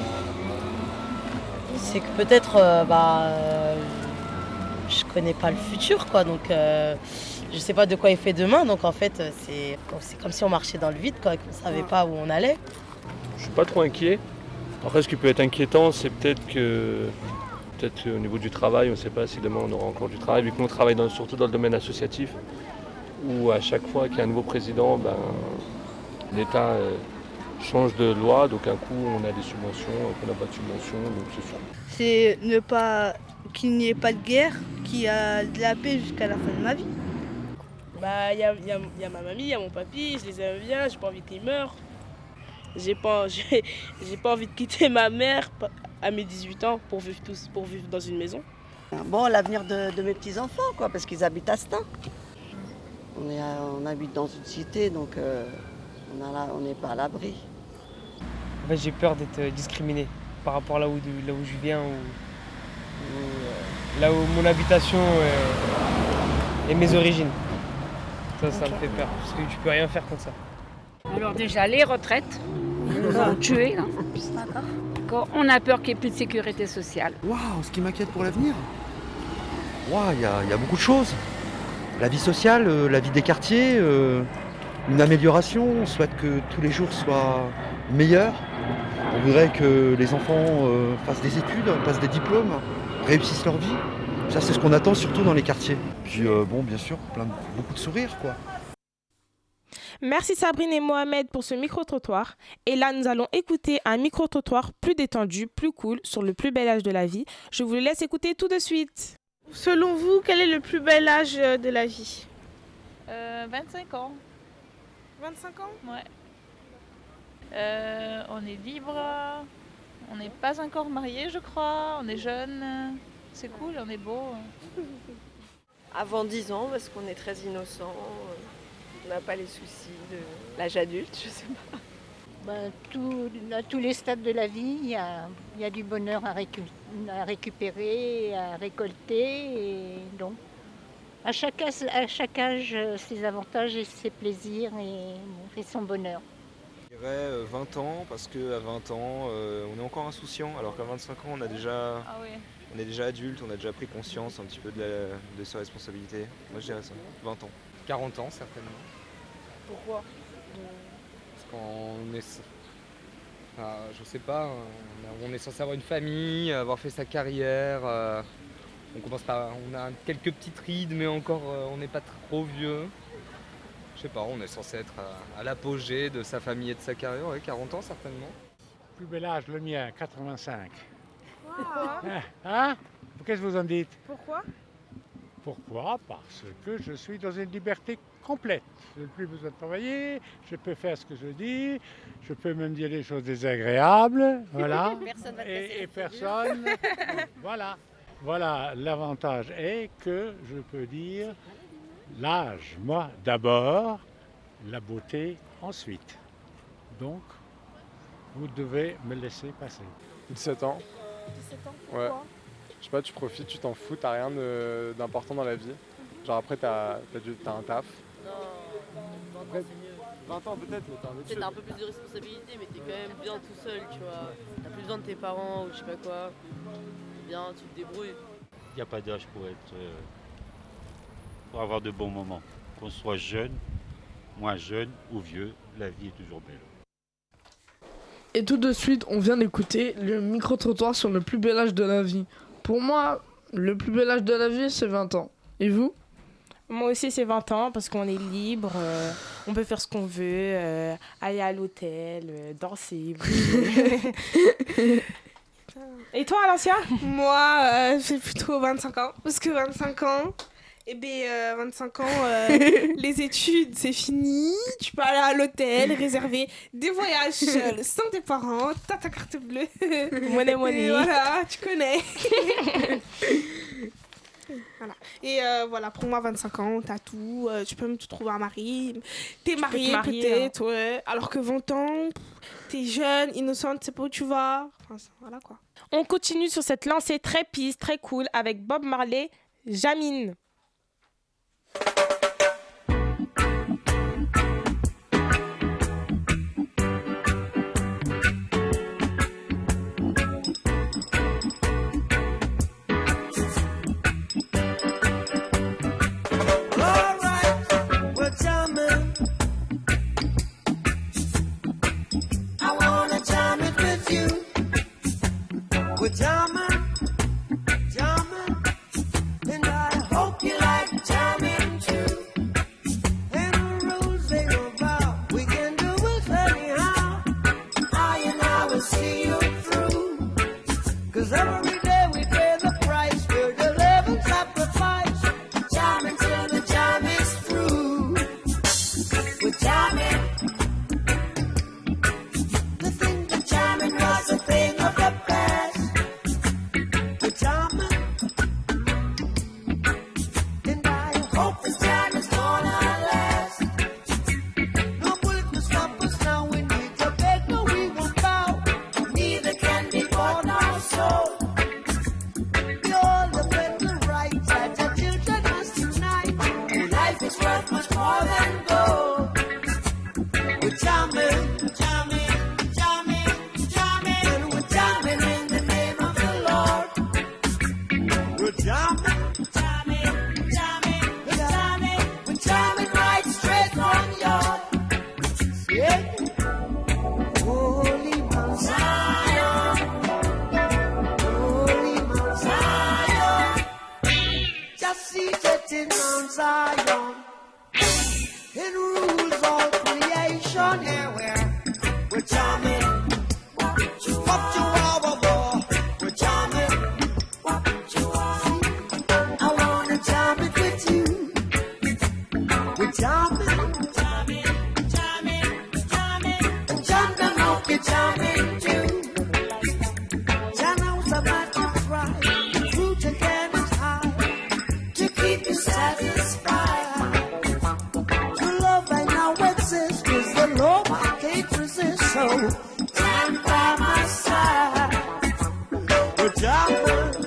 C'est que peut-être, euh, bah, euh, je connais pas le futur, quoi, donc euh, je sais pas de quoi il fait demain, donc en fait c'est, c'est comme si on marchait dans le vide, quoi, et qu'on savait pas où on allait. Je suis pas trop inquiet. Après, ce qui peut être inquiétant, c'est peut-être que, peut-être au niveau du travail, on ne sait pas si demain on aura encore du travail, vu que nous on travaille dans, surtout dans le domaine associatif, où à chaque fois qu'il y a un nouveau président, ben, l'État euh, change de loi, donc un coup on a des subventions, on n'a pas de subventions, donc c'est ça. C'est ne pas qu'il n'y ait pas de guerre, qu'il y a de la paix jusqu'à la fin de ma vie. Bah, il y a, y, a, y a ma mamie, il y a mon papy, je les aime bien, j'ai pas envie qu'ils meurent. J'ai pas, j'ai, j'ai pas envie de quitter ma mère à mes dix-huit ans pour vivre, tous, pour vivre dans une maison. Bon, l'avenir de, de mes petits-enfants, quoi, parce qu'ils habitent à Stains. On, est à, on habite dans une cité, donc euh, on n'est pas à l'abri. En fait, j'ai peur d'être discriminé par rapport à là où, de, là où je viens, ou, ou, euh, là où mon habitation euh, et mes origines. Ça, ça okay. me fait peur, parce que tu peux rien faire contre ça. Alors déjà, les retraites, ils nous ont tués. Là. On a peur qu'il n'y ait plus de sécurité sociale. Waouh, ce qui m'inquiète pour l'avenir. Waouh, il y, y a beaucoup de choses. La vie sociale, euh, la vie des quartiers, euh, une amélioration. On souhaite que tous les jours soient meilleurs. On voudrait que les enfants euh, fassent des études, passent des diplômes, réussissent leur vie. Ça, c'est ce qu'on attend surtout dans les quartiers. Puis euh, bon, bien sûr, plein de, beaucoup de sourires, quoi. Merci Sabrine et Mohamed pour ce micro-trottoir. Et là, nous allons écouter un micro-trottoir plus détendu, plus cool, sur le plus bel âge de la vie. Je vous le laisse écouter tout de suite. Selon vous, quel est le plus bel âge de la vie? euh, vingt-cinq ans. vingt-cinq ans? Ouais. Euh, on est libre, on n'est pas encore marié, je crois, on est jeune, c'est cool, on est beau. Avant dix ans, parce qu'on est très innocent. On n'a pas les soucis de l'âge adulte, je sais pas. Ben, tout, à tous les stades de la vie, il y a, il y a du bonheur à, récu- à récupérer, à récolter. Et donc, à chaque, âge, à chaque âge, ses avantages et ses plaisirs et, et son bonheur. Je dirais vingt ans, parce qu'à vingt ans, euh, on est encore insouciant, alors qu'à vingt-cinq ans, on, a déjà, ah oui. on est déjà adulte, on a déjà pris conscience un petit peu de, la, de ses responsabilités. Moi, je dirais ça, vingt ans. quarante ans, certainement. Pourquoi? Parce qu'on est... Enfin, je sais pas, on est censé avoir une famille, avoir fait sa carrière. Euh, on commence par... On a quelques petites rides, mais encore, euh, on n'est pas trop vieux. Je sais pas, on est censé être à, à l'apogée de sa famille et de sa carrière. Ouais, quarante ans, certainement. Plus bel âge, le mien, quatre-vingt-cinq. Wow. Hein? Qu'est-ce que vous en dites? Pourquoi? Pourquoi? Parce que je suis dans une liberté complète. Je n'ai plus besoin de travailler, je peux faire ce que je dis, je peux même dire des choses désagréables, voilà. Personne va te et, et personne. Voilà. Voilà, l'avantage est que je peux dire l'âge, moi d'abord, la beauté ensuite. Donc, vous devez me laisser passer. dix-sept ans. dix-sept ans, pourquoi? Ouais. Je sais pas, tu profites, tu t'en fous, t'as rien de, d'important dans la vie. Genre après, t'as, t'as, du, t'as un taf. Non, vingt ans c'est mieux. vingt ans peut-être, mais t'as un étude. T'as un peu plus de responsabilité, mais t'es quand même bien tout seul, tu vois. T'as plus besoin de tes parents ou je sais pas quoi. T'es bien, tu te débrouilles. Il n'y a pas d'âge pour être... Euh, pour avoir de bons moments. Qu'on soit jeune, moins jeune ou vieux, la vie est toujours belle. Et tout de suite, on vient d'écouter le micro-trottoir sur le plus bel âge de la vie. Pour moi, le plus bel âge de la vie, c'est vingt ans. Et vous? Moi aussi, c'est vingt ans parce qu'on est libre, euh, on peut faire ce qu'on veut, euh, aller à l'hôtel, euh, danser. Et toi, Alancia? Moi, euh, j'ai plutôt vingt-cinq ans. Parce que vingt-cinq ans, eh bien, euh, vingt-cinq ans, euh, les études, c'est fini. Tu peux aller à l'hôtel, réserver des voyages seuls, sans tes parents. T'as ta carte bleue. Money, money. Et voilà, tu connais. Voilà. Et euh, voilà, pour moi, vingt-cinq ans, t'as tout. Euh, tu peux même te trouver un mari. T'es Tu marié, peux te marier, peut-être, ouais. Alors que vingt ans, pff, t'es jeune, innocente, tu sais pas où tu vas. Enfin, voilà quoi. On continue sur cette lancée très peace, très cool avec Bob Marley, Jamine. Jamming, jamming, and I hope you like jamming too. And the rules ain't about we can do it anyhow. I and I will see you through. Cause every day we pay the price for the living sacrifice. Jamming till the jam is through. We're jamming. The thing that jamming was a thing of the past. And I hope this time is gonna last. No bullet will stop us now. We need to beg, no, we won't bow. Neither can be born our soul. We all defend the right that the children must unite. And life is worth much more than gold. We're jamming, jamming, jamming, jamming, and we're jamming in the name of the Lord. We're jamming, jamming, jamming, we're jamming, we're jamming right straight from your, yeah. Holy Mount Zion, Holy Mount Zion, just seated in Mount Zion, and rules all creation. Yeah, we're, we're jamming, what you are, we're jamming. I wanna jam it with you. We're jamming, jamming, jamming, jamming. Jam them up, you're jamming too. Jam out a matter of pride. The truth again is high. To keep you satisfied. The love I now exist is the love I can't resist. So stand by my side. We're jamming.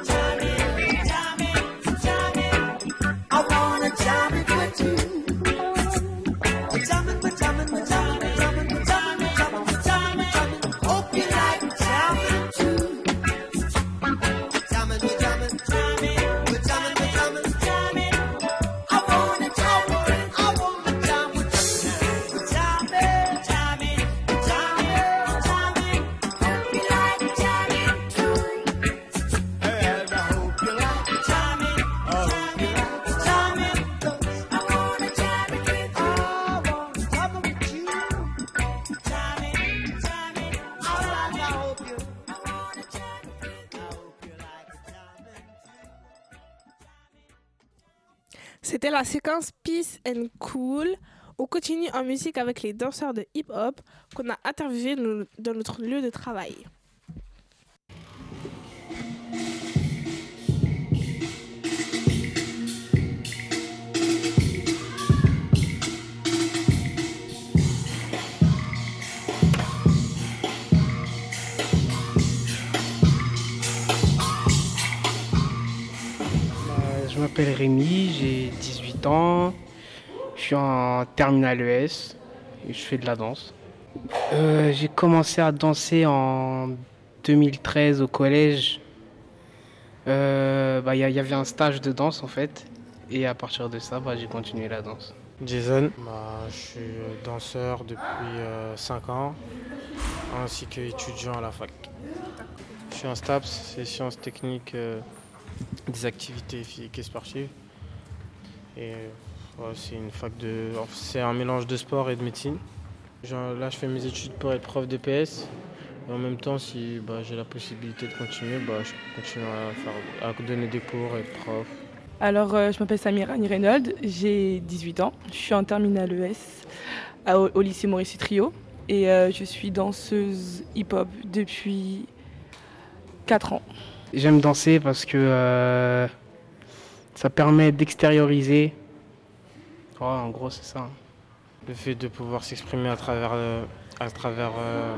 I wanna jam it with you. We're jamming, we're jamming, we're jamming, we're jamming, we're jamming, we're jamming, we're jamming, we're jamming. Hope you like jamming too. Jamming, we're jamming, jamming, we're jamming, we're jamming, jamming. I wanna jam it, I wanna jam with you. We're jamming, jamming, we're jamming, jamming. Hope you like jamming too. And I hope you like jamming. Oh. C'était la séquence Peace and Cool. On continue en musique avec les danseurs de hip-hop qu'on a interviewés dans notre lieu de travail. Je m'appelle Rémi, j'ai dix-huit ans, je suis en terminale E S et je fais de la danse. Euh, j'ai commencé à danser en deux mille treize au collège. Euh, bah, y, a, y avait un stage de danse en fait et à partir de ça bah, j'ai continué la danse. Jason, bah, je suis danseur depuis euh, cinq ans ainsi qu'étudiant à la fac. Je suis en STAPS, c'est sciences techniques euh, des activités physiques et sportives. Et Ouais, c'est une fac de. C'est un mélange de sport et de médecine. Genre, là, je fais mes études pour être prof de P S. Et en même temps, si bah, j'ai la possibilité de continuer, bah, je continue à, faire, à donner des cours et être prof. Alors, euh, je m'appelle Samira Annie Reynolds, j'ai dix-huit ans. Je suis en terminale E S à- au, au lycée Maurice Trio. Et euh, je suis danseuse hip-hop depuis quatre ans. J'aime danser parce que euh, ça permet d'extérioriser. Oh, en gros, c'est ça. Le fait de pouvoir s'exprimer à travers, euh, à travers euh,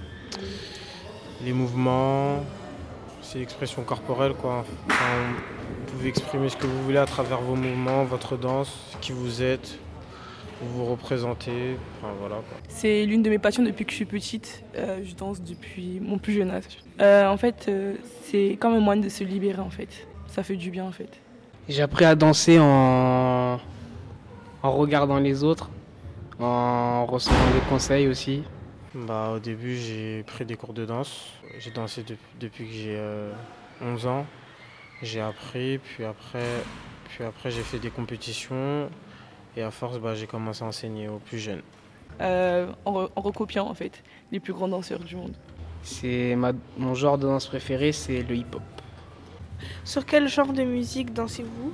les mouvements, c'est l'expression corporelle, quoi. Enfin, vous pouvez exprimer ce que vous voulez à travers vos mouvements, votre danse, qui vous êtes, vous vous représentez, enfin voilà, quoi. C'est l'une de mes passions depuis que je suis petite. Euh, je danse depuis mon plus jeune âge. Euh, en fait, euh, c'est comme un moyen de se libérer, en fait. Ça fait du bien, en fait. J'ai appris à danser en, en regardant les autres, en recevant des conseils aussi. Bah, au début, j'ai pris des cours de danse. J'ai dansé de- depuis que j'ai euh, onze ans. J'ai appris, puis après, puis après j'ai fait des compétitions. Et à force, bah, j'ai commencé à enseigner aux plus jeunes. Euh, en, re- en recopiant, en fait, les plus grands danseurs du monde. C'est ma- mon genre de danse préféré, c'est le hip-hop. Sur quel genre de musique dansez-vous?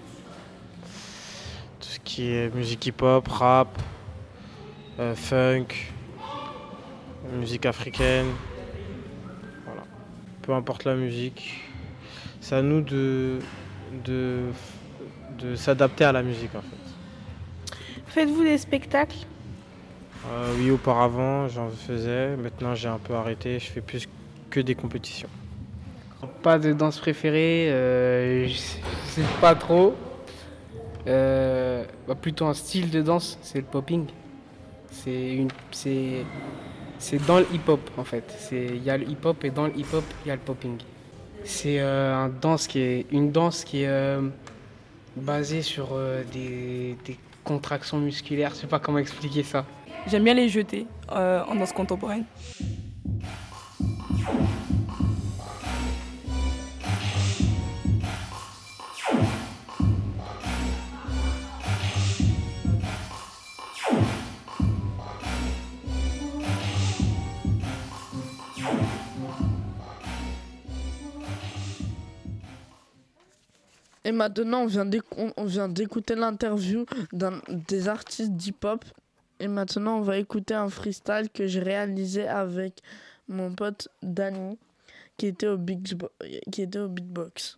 Tout ce qui est musique hip-hop, rap, euh, funk, musique africaine. Voilà. Peu importe la musique. C'est à nous de, de, de s'adapter à la musique, en fait. Faites-vous des spectacles? Euh, oui, auparavant, j'en faisais. Maintenant, j'ai un peu arrêté. Je fais plus que des compétitions. Pas de danse préférée, euh, je sais pas trop. Euh, bah, plutôt un style de danse, c'est le popping. C'est une, c'est, c'est dans le hip-hop en fait. C'est, il y a le hip-hop et dans le hip-hop, il y a le popping. C'est euh, un danse qui est, une danse qui est euh, basée sur euh, des, des contractions musculaires. Je sais pas comment expliquer ça. J'aime bien les jeter euh, en danse contemporaine. Et maintenant, on vient d'écou- on vient d'écouter l'interview d'un des artistes d'hip-hop. Et maintenant, on va écouter un freestyle que j'ai réalisé avec mon pote Danny, qui était au, Big Bo- qui était au beatbox.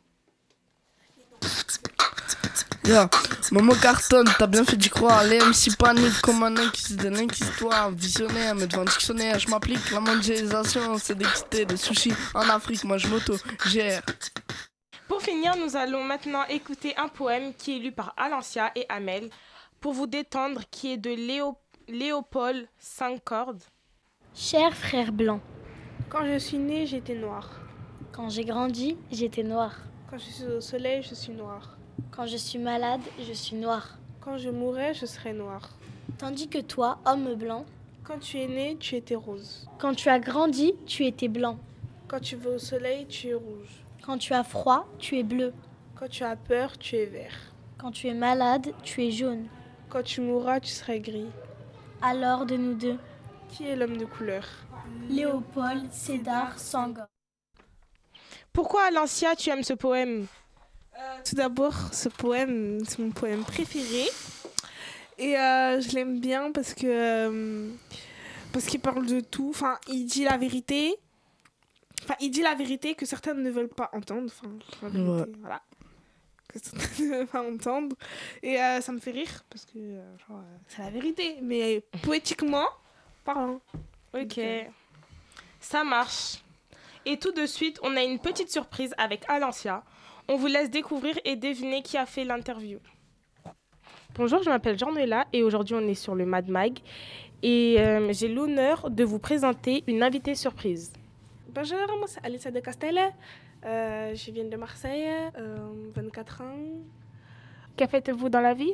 Yeah. Momo carton, t'as bien fait d'y croire. Les M C panique comme un mec qui se donne une histoire. Visionnaire, mais devant un dictionnaire, je m'applique. La mondialisation, c'est d'exciter des sushis en Afrique. Moi, je m'auto-gère. Pour finir, nous allons maintenant écouter un poème qui est lu par Alancia et Amel, Pour vous détendre, qui est de Léo, Léopold cinq cordes. Cher frère blanc, Quand je suis née, j'étais noire. quand j'ai grandi, j'étais noire. Quand je suis au soleil, je suis noire. Quand je suis malade, je suis noire. Quand je mourrai, je serai noire. Tandis que toi, homme blanc, Quand tu es né, tu étais rose. quand tu as grandi, tu étais blanc. Quand tu vas au soleil, tu es rouge. Quand tu as froid, tu es bleu. Quand tu as peur, tu es vert. Quand tu es malade, tu es jaune. Quand tu mourras, tu serais gris. Alors de nous deux, Qui est l'homme de couleur? Léopold Sédar Senghor. Pourquoi Alancia, tu aimes ce poème? Tout d'abord, ce poème, c'est mon poème préféré. Et euh, je l'aime bien parce que euh, parce qu'il parle de tout. Enfin, il dit la vérité. Enfin, il dit la vérité que certains ne veulent pas entendre. Enfin, la vérité, Ouais. voilà. Que certains ne veulent pas entendre. Et euh, ça me fait rire parce que euh, genre, euh, c'est la vérité. Mais poétiquement parlant. Ok, ça marche. Et tout de suite, on a une petite surprise avec Alancia. On vous laisse découvrir et deviner qui a fait l'interview. Bonjour, je m'appelle Jornella et aujourd'hui on est sur le Mad Mag. Et euh, j'ai l'honneur de vous présenter une invitée surprise. Bonjour, moi c'est Alissa de Castel. Euh, je viens de Marseille, euh, vingt-quatre ans. Que faites-vous dans la vie?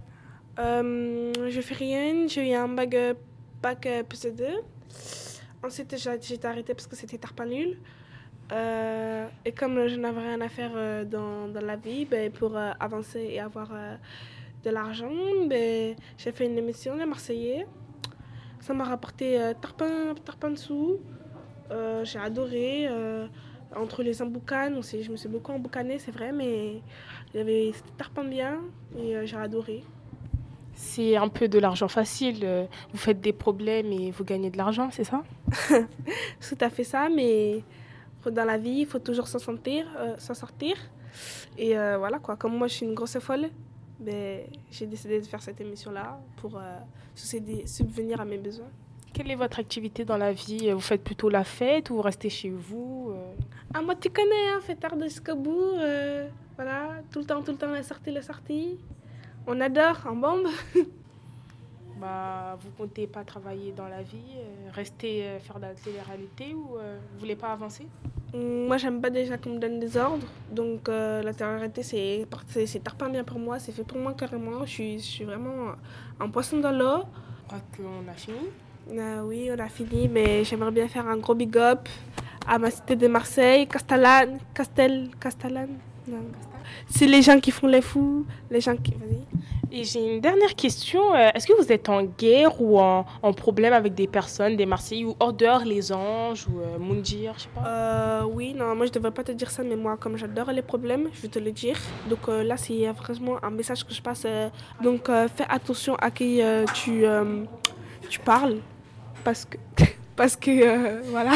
Euh, je fais rien, j'ai eu un bac, euh, bac euh, P C deux. Ensuite, j'ai j'ai été arrêtée parce que c'était tarpin nul. Euh, et comme je n'avais rien à faire euh, dans, dans la vie, ben, pour euh, avancer et avoir euh, de l'argent, ben, j'ai fait une émission, Les Marseillais. Ça m'a rapporté euh, tarpin, tarpin de sous. Euh, j'ai adoré. Euh, entre les emboucanes, aussi, je me suis beaucoup emboucanée, c'est vrai, mais il y avait, c'était tarpin bien et euh, j'ai adoré. C'est un peu de l'argent facile. euh, Vous faites des problèmes et vous gagnez de l'argent, c'est ça? Tout à fait ça, mais dans la vie, il faut toujours s'en sortir. Euh, s'en sortir. Et euh, voilà quoi, comme moi je suis une grosse folle, ben, j'ai décidé de faire cette émission-là pour euh, subvenir, subvenir à mes besoins. Quelle est votre activité dans la vie? Vous faites plutôt la fête ou vous restez chez vous? euh Ah, moi tu connais, hein, fait tard jusqu'au bout. Euh, voilà, tout le temps, tout le temps, la sortie, la sortie. On adore, en bombe. Bah, vous comptez pas travailler dans la vie, euh, rester euh, faire de la télé-réalité ou euh, vous voulez pas avancer? Moi, j'aime pas déjà qu'on me donne des ordres. Donc, euh, la télé-réalité, c'est, c'est, c'est tarpin bien pour moi. C'est fait pour moi carrément. Je suis, je suis vraiment un poisson dans l'eau. Je crois qu'on a fini. Euh, oui, on a fini. Mais j'aimerais bien faire un gros big up à ma cité de Marseille, Castellane, Castel, Castellane. Non. C'est les gens qui font les fous, les gens qui... Vas-y. Et j'ai une dernière question. Euh, Est-ce que vous êtes en guerre ou en, en problème avec des personnes, des Marseillais ou Order, les Anges ou euh, Moundir, je sais pas? Euh, oui, non, moi je devrais pas te dire ça, mais moi, comme j'adore les problèmes, je vais te le dire. Donc euh, là, c'est vraiment un message que je passe. Euh, donc euh, fais attention à qui euh, tu, euh, tu parles. Parce que... parce que... Euh, voilà.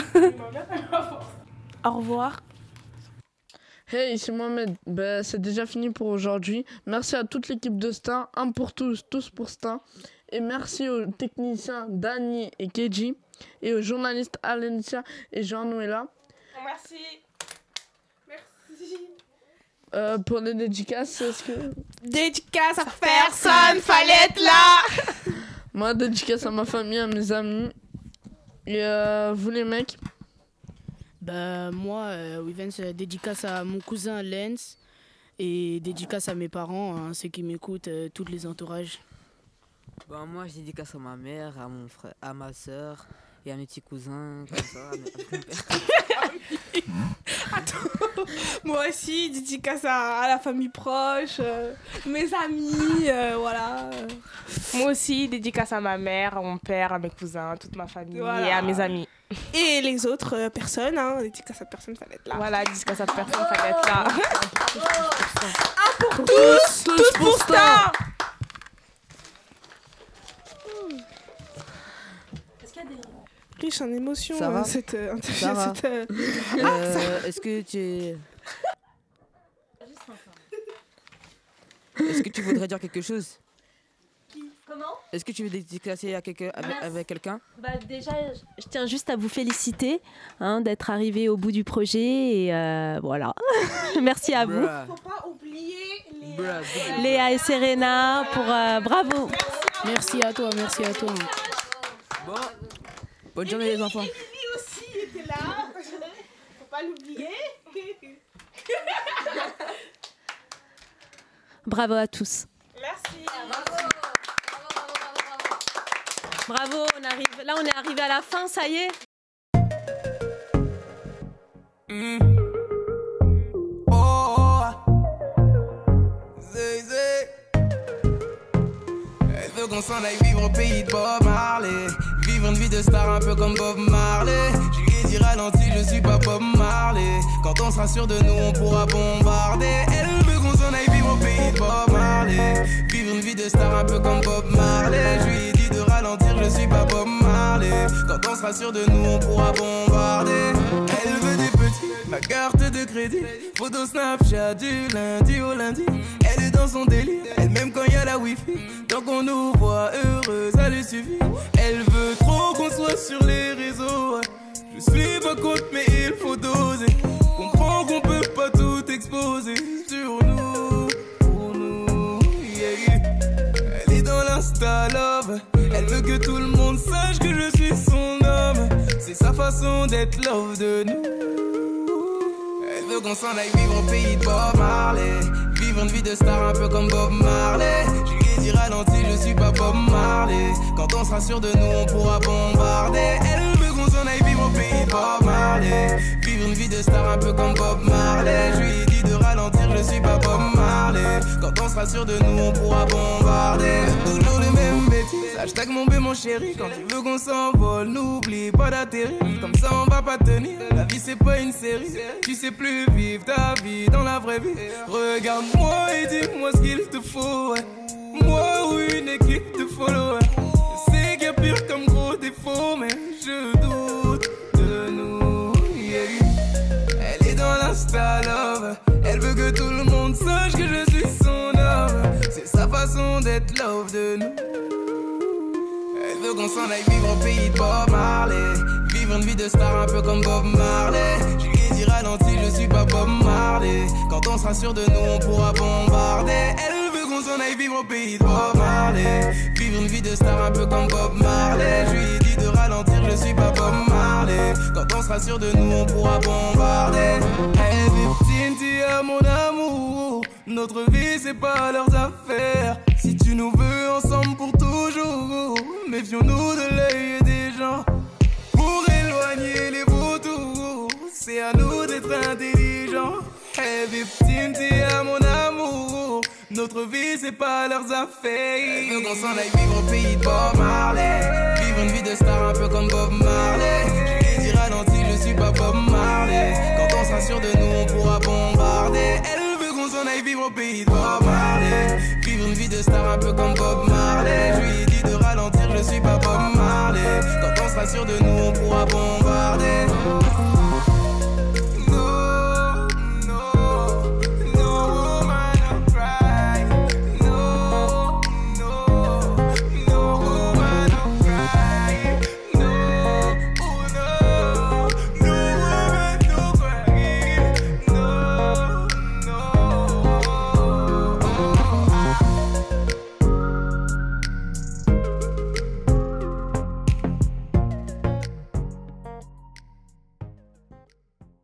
Au revoir. Hey, c'est Mohamed. Ben, c'est déjà fini pour aujourd'hui. Merci à toute l'équipe de Stein, un pour tous, tous pour Stein. Et merci aux techniciens Dani et Keji et aux journalistes Alencia et Jean-Noëlla. Merci. Merci. Euh, pour les dédicaces, est-ce que... Dédicace à personne, fallait être là. Moi, dédicace à ma famille, à mes amis. Et euh, vous les mecs? Bah, moi, euh, Wivens, euh, dédicace à mon cousin Lens et dédicace à mes parents, hein, ceux qui m'écoutent, euh, tous les entourages. Bah, moi, je dédicace à ma mère, à mon frère, à ma soeur et à mes petits cousins, comme ça. À mes... Attends, moi aussi, dédicace à, à la famille proche, euh, mes amis, euh, voilà. Moi aussi, dédicace à ma mère, à mon père, à mes cousins, à toute ma famille Voilà. et à mes amis. Et les autres euh, personnes, hein, dédicace à personne, fallait être là. Voilà, dédicace à personne, fallait être là. Un pour tous, tous pour ça. Riche en émotions, Ça va euh, cette euh, interview. Ça va cette, euh, Euh, Est-ce que tu es... Est-ce que tu voudrais dire quelque chose? Comment? Est-ce que tu veux dédicacer à quelqu'un, avec, Merci. avec quelqu'un? Bah déjà, je tiens juste à vous féliciter hein, d'être arrivé au bout du projet et euh, voilà. Merci à vous. Faut pas oublier les... Léa et Serena pour euh, bravo. Merci à toi, merci à toi. Bon, bonne journée les enfants. Et Lily aussi était là. Faut pas l'oublier. Bravo à tous. Merci. Bravo, on arrive. Là, on est arrivé à la fin, ça y est. Mm. Oh, zé, zé. Elle veut qu'on s'en aille vivre au pays de Bob Marley. Vivre une vie de star un peu comme Bob Marley. Je lui ai dit ralenti, je suis pas Bob Marley. Quand on sera sûr de nous, on pourra bombarder. Elle veut qu'on s'en aille vivre au pays de Bob Marley. Vivre une vie de star un peu comme Bob Marley. Je lui ai dit de ralentir, je suis pas Bob Marley. Quand on sera sûr de nous, on pourra bombarder. Elle veut des petits, ma carte de crédit. Photo Snapchat du lundi au lundi. Elle est dans son délire, elle même quand y a la wifi. Tant qu'on nous voit heureux, ça lui suffit. Elle veut trop qu'on soit sur les réseaux. Je suis pas contre, mais il faut doser. Comprends qu'on peut pas tout exposer sur nous, pour nous, yeah, yeah. Elle est dans l'insta love. Elle veut que tout le monde sache que je suis son homme. C'est sa façon d'être love de nous. Elle veut qu'on s'en aille vivre au pays de Bob Marley. Vivre une vie de star un peu comme Bob Marley. Je lui ai dit ralenti, je suis pas Bob Marley. Quand on sera sûr de nous, on pourra bombarder. Elle veut qu'on s'en aille vivre au pays de Bob Marley. Vivre une vie de star un peu comme Bob Marley. Je lui ai dit de ralentir, je suis pas Bob Marley. Quand on sera sera sûr de nous, on pourra bombarder. Toujours les mêmes bêtises. Hashtag mon bé, mon chéri. Quand tu veux qu'on s'envole, n'oublie pas d'atterrir. Comme ça, on va pas tenir. La vie, c'est pas une série. Tu sais plus vivre ta vie dans la vraie vie. Regarde-moi et dis-moi ce qu'il te faut. Ouais. Moi ou une équipe de followers. Je sais qu'il y a pire comme gros défaut, mais je doute de nous. Yeah. Elle est dans l'insta love. Elle veut que tout le monde sache que je suis son homme. C'est sa façon d'être love de nous. Elle veut qu'on s'en aille vivre au pays de Bob Marley. Vivre une vie de star un peu comme Bob Marley. Je lui ai dit ralenti, je suis pas Bob Marley. Quand on sera sûr de nous, on pourra bombarder. Elle veut qu'on s'en aille vivre au pays de Bob Marley. Vivre une vie de star un peu comme Bob Marley. Je lui ai dit de ralentir, je suis pas Bob Marley. Quand on sera sûr de nous, on pourra bombarder. Hey fifteen, tu es mon amour. Notre vie, c'est pas leurs affaires. Si tu nous veux ensemble pour toujours, méfions-nous de l'œil des gens. Pour éloigner les vautours, c'est à nous d'être intelligents. Hey victime, t'es à mon amour. Notre vie, c'est pas leurs affaires. Elle veut qu'on s'en aille vivre au pays de Bob Marley. Vivre une vie de star un peu comme Bob Marley. Je lui ai dit ralenti, je suis pas Bob Marley. Quand on sera sûr de nous, on pourra bombarder. Elle veut qu'on s'en aille vivre au pays de Bob Marley. Vivre une vie de star un peu comme Bob Marley. Je lui ai dit de ralentir, je suis pas Bob Marley. Quand on sera sûr de nous, on pourra bombarder.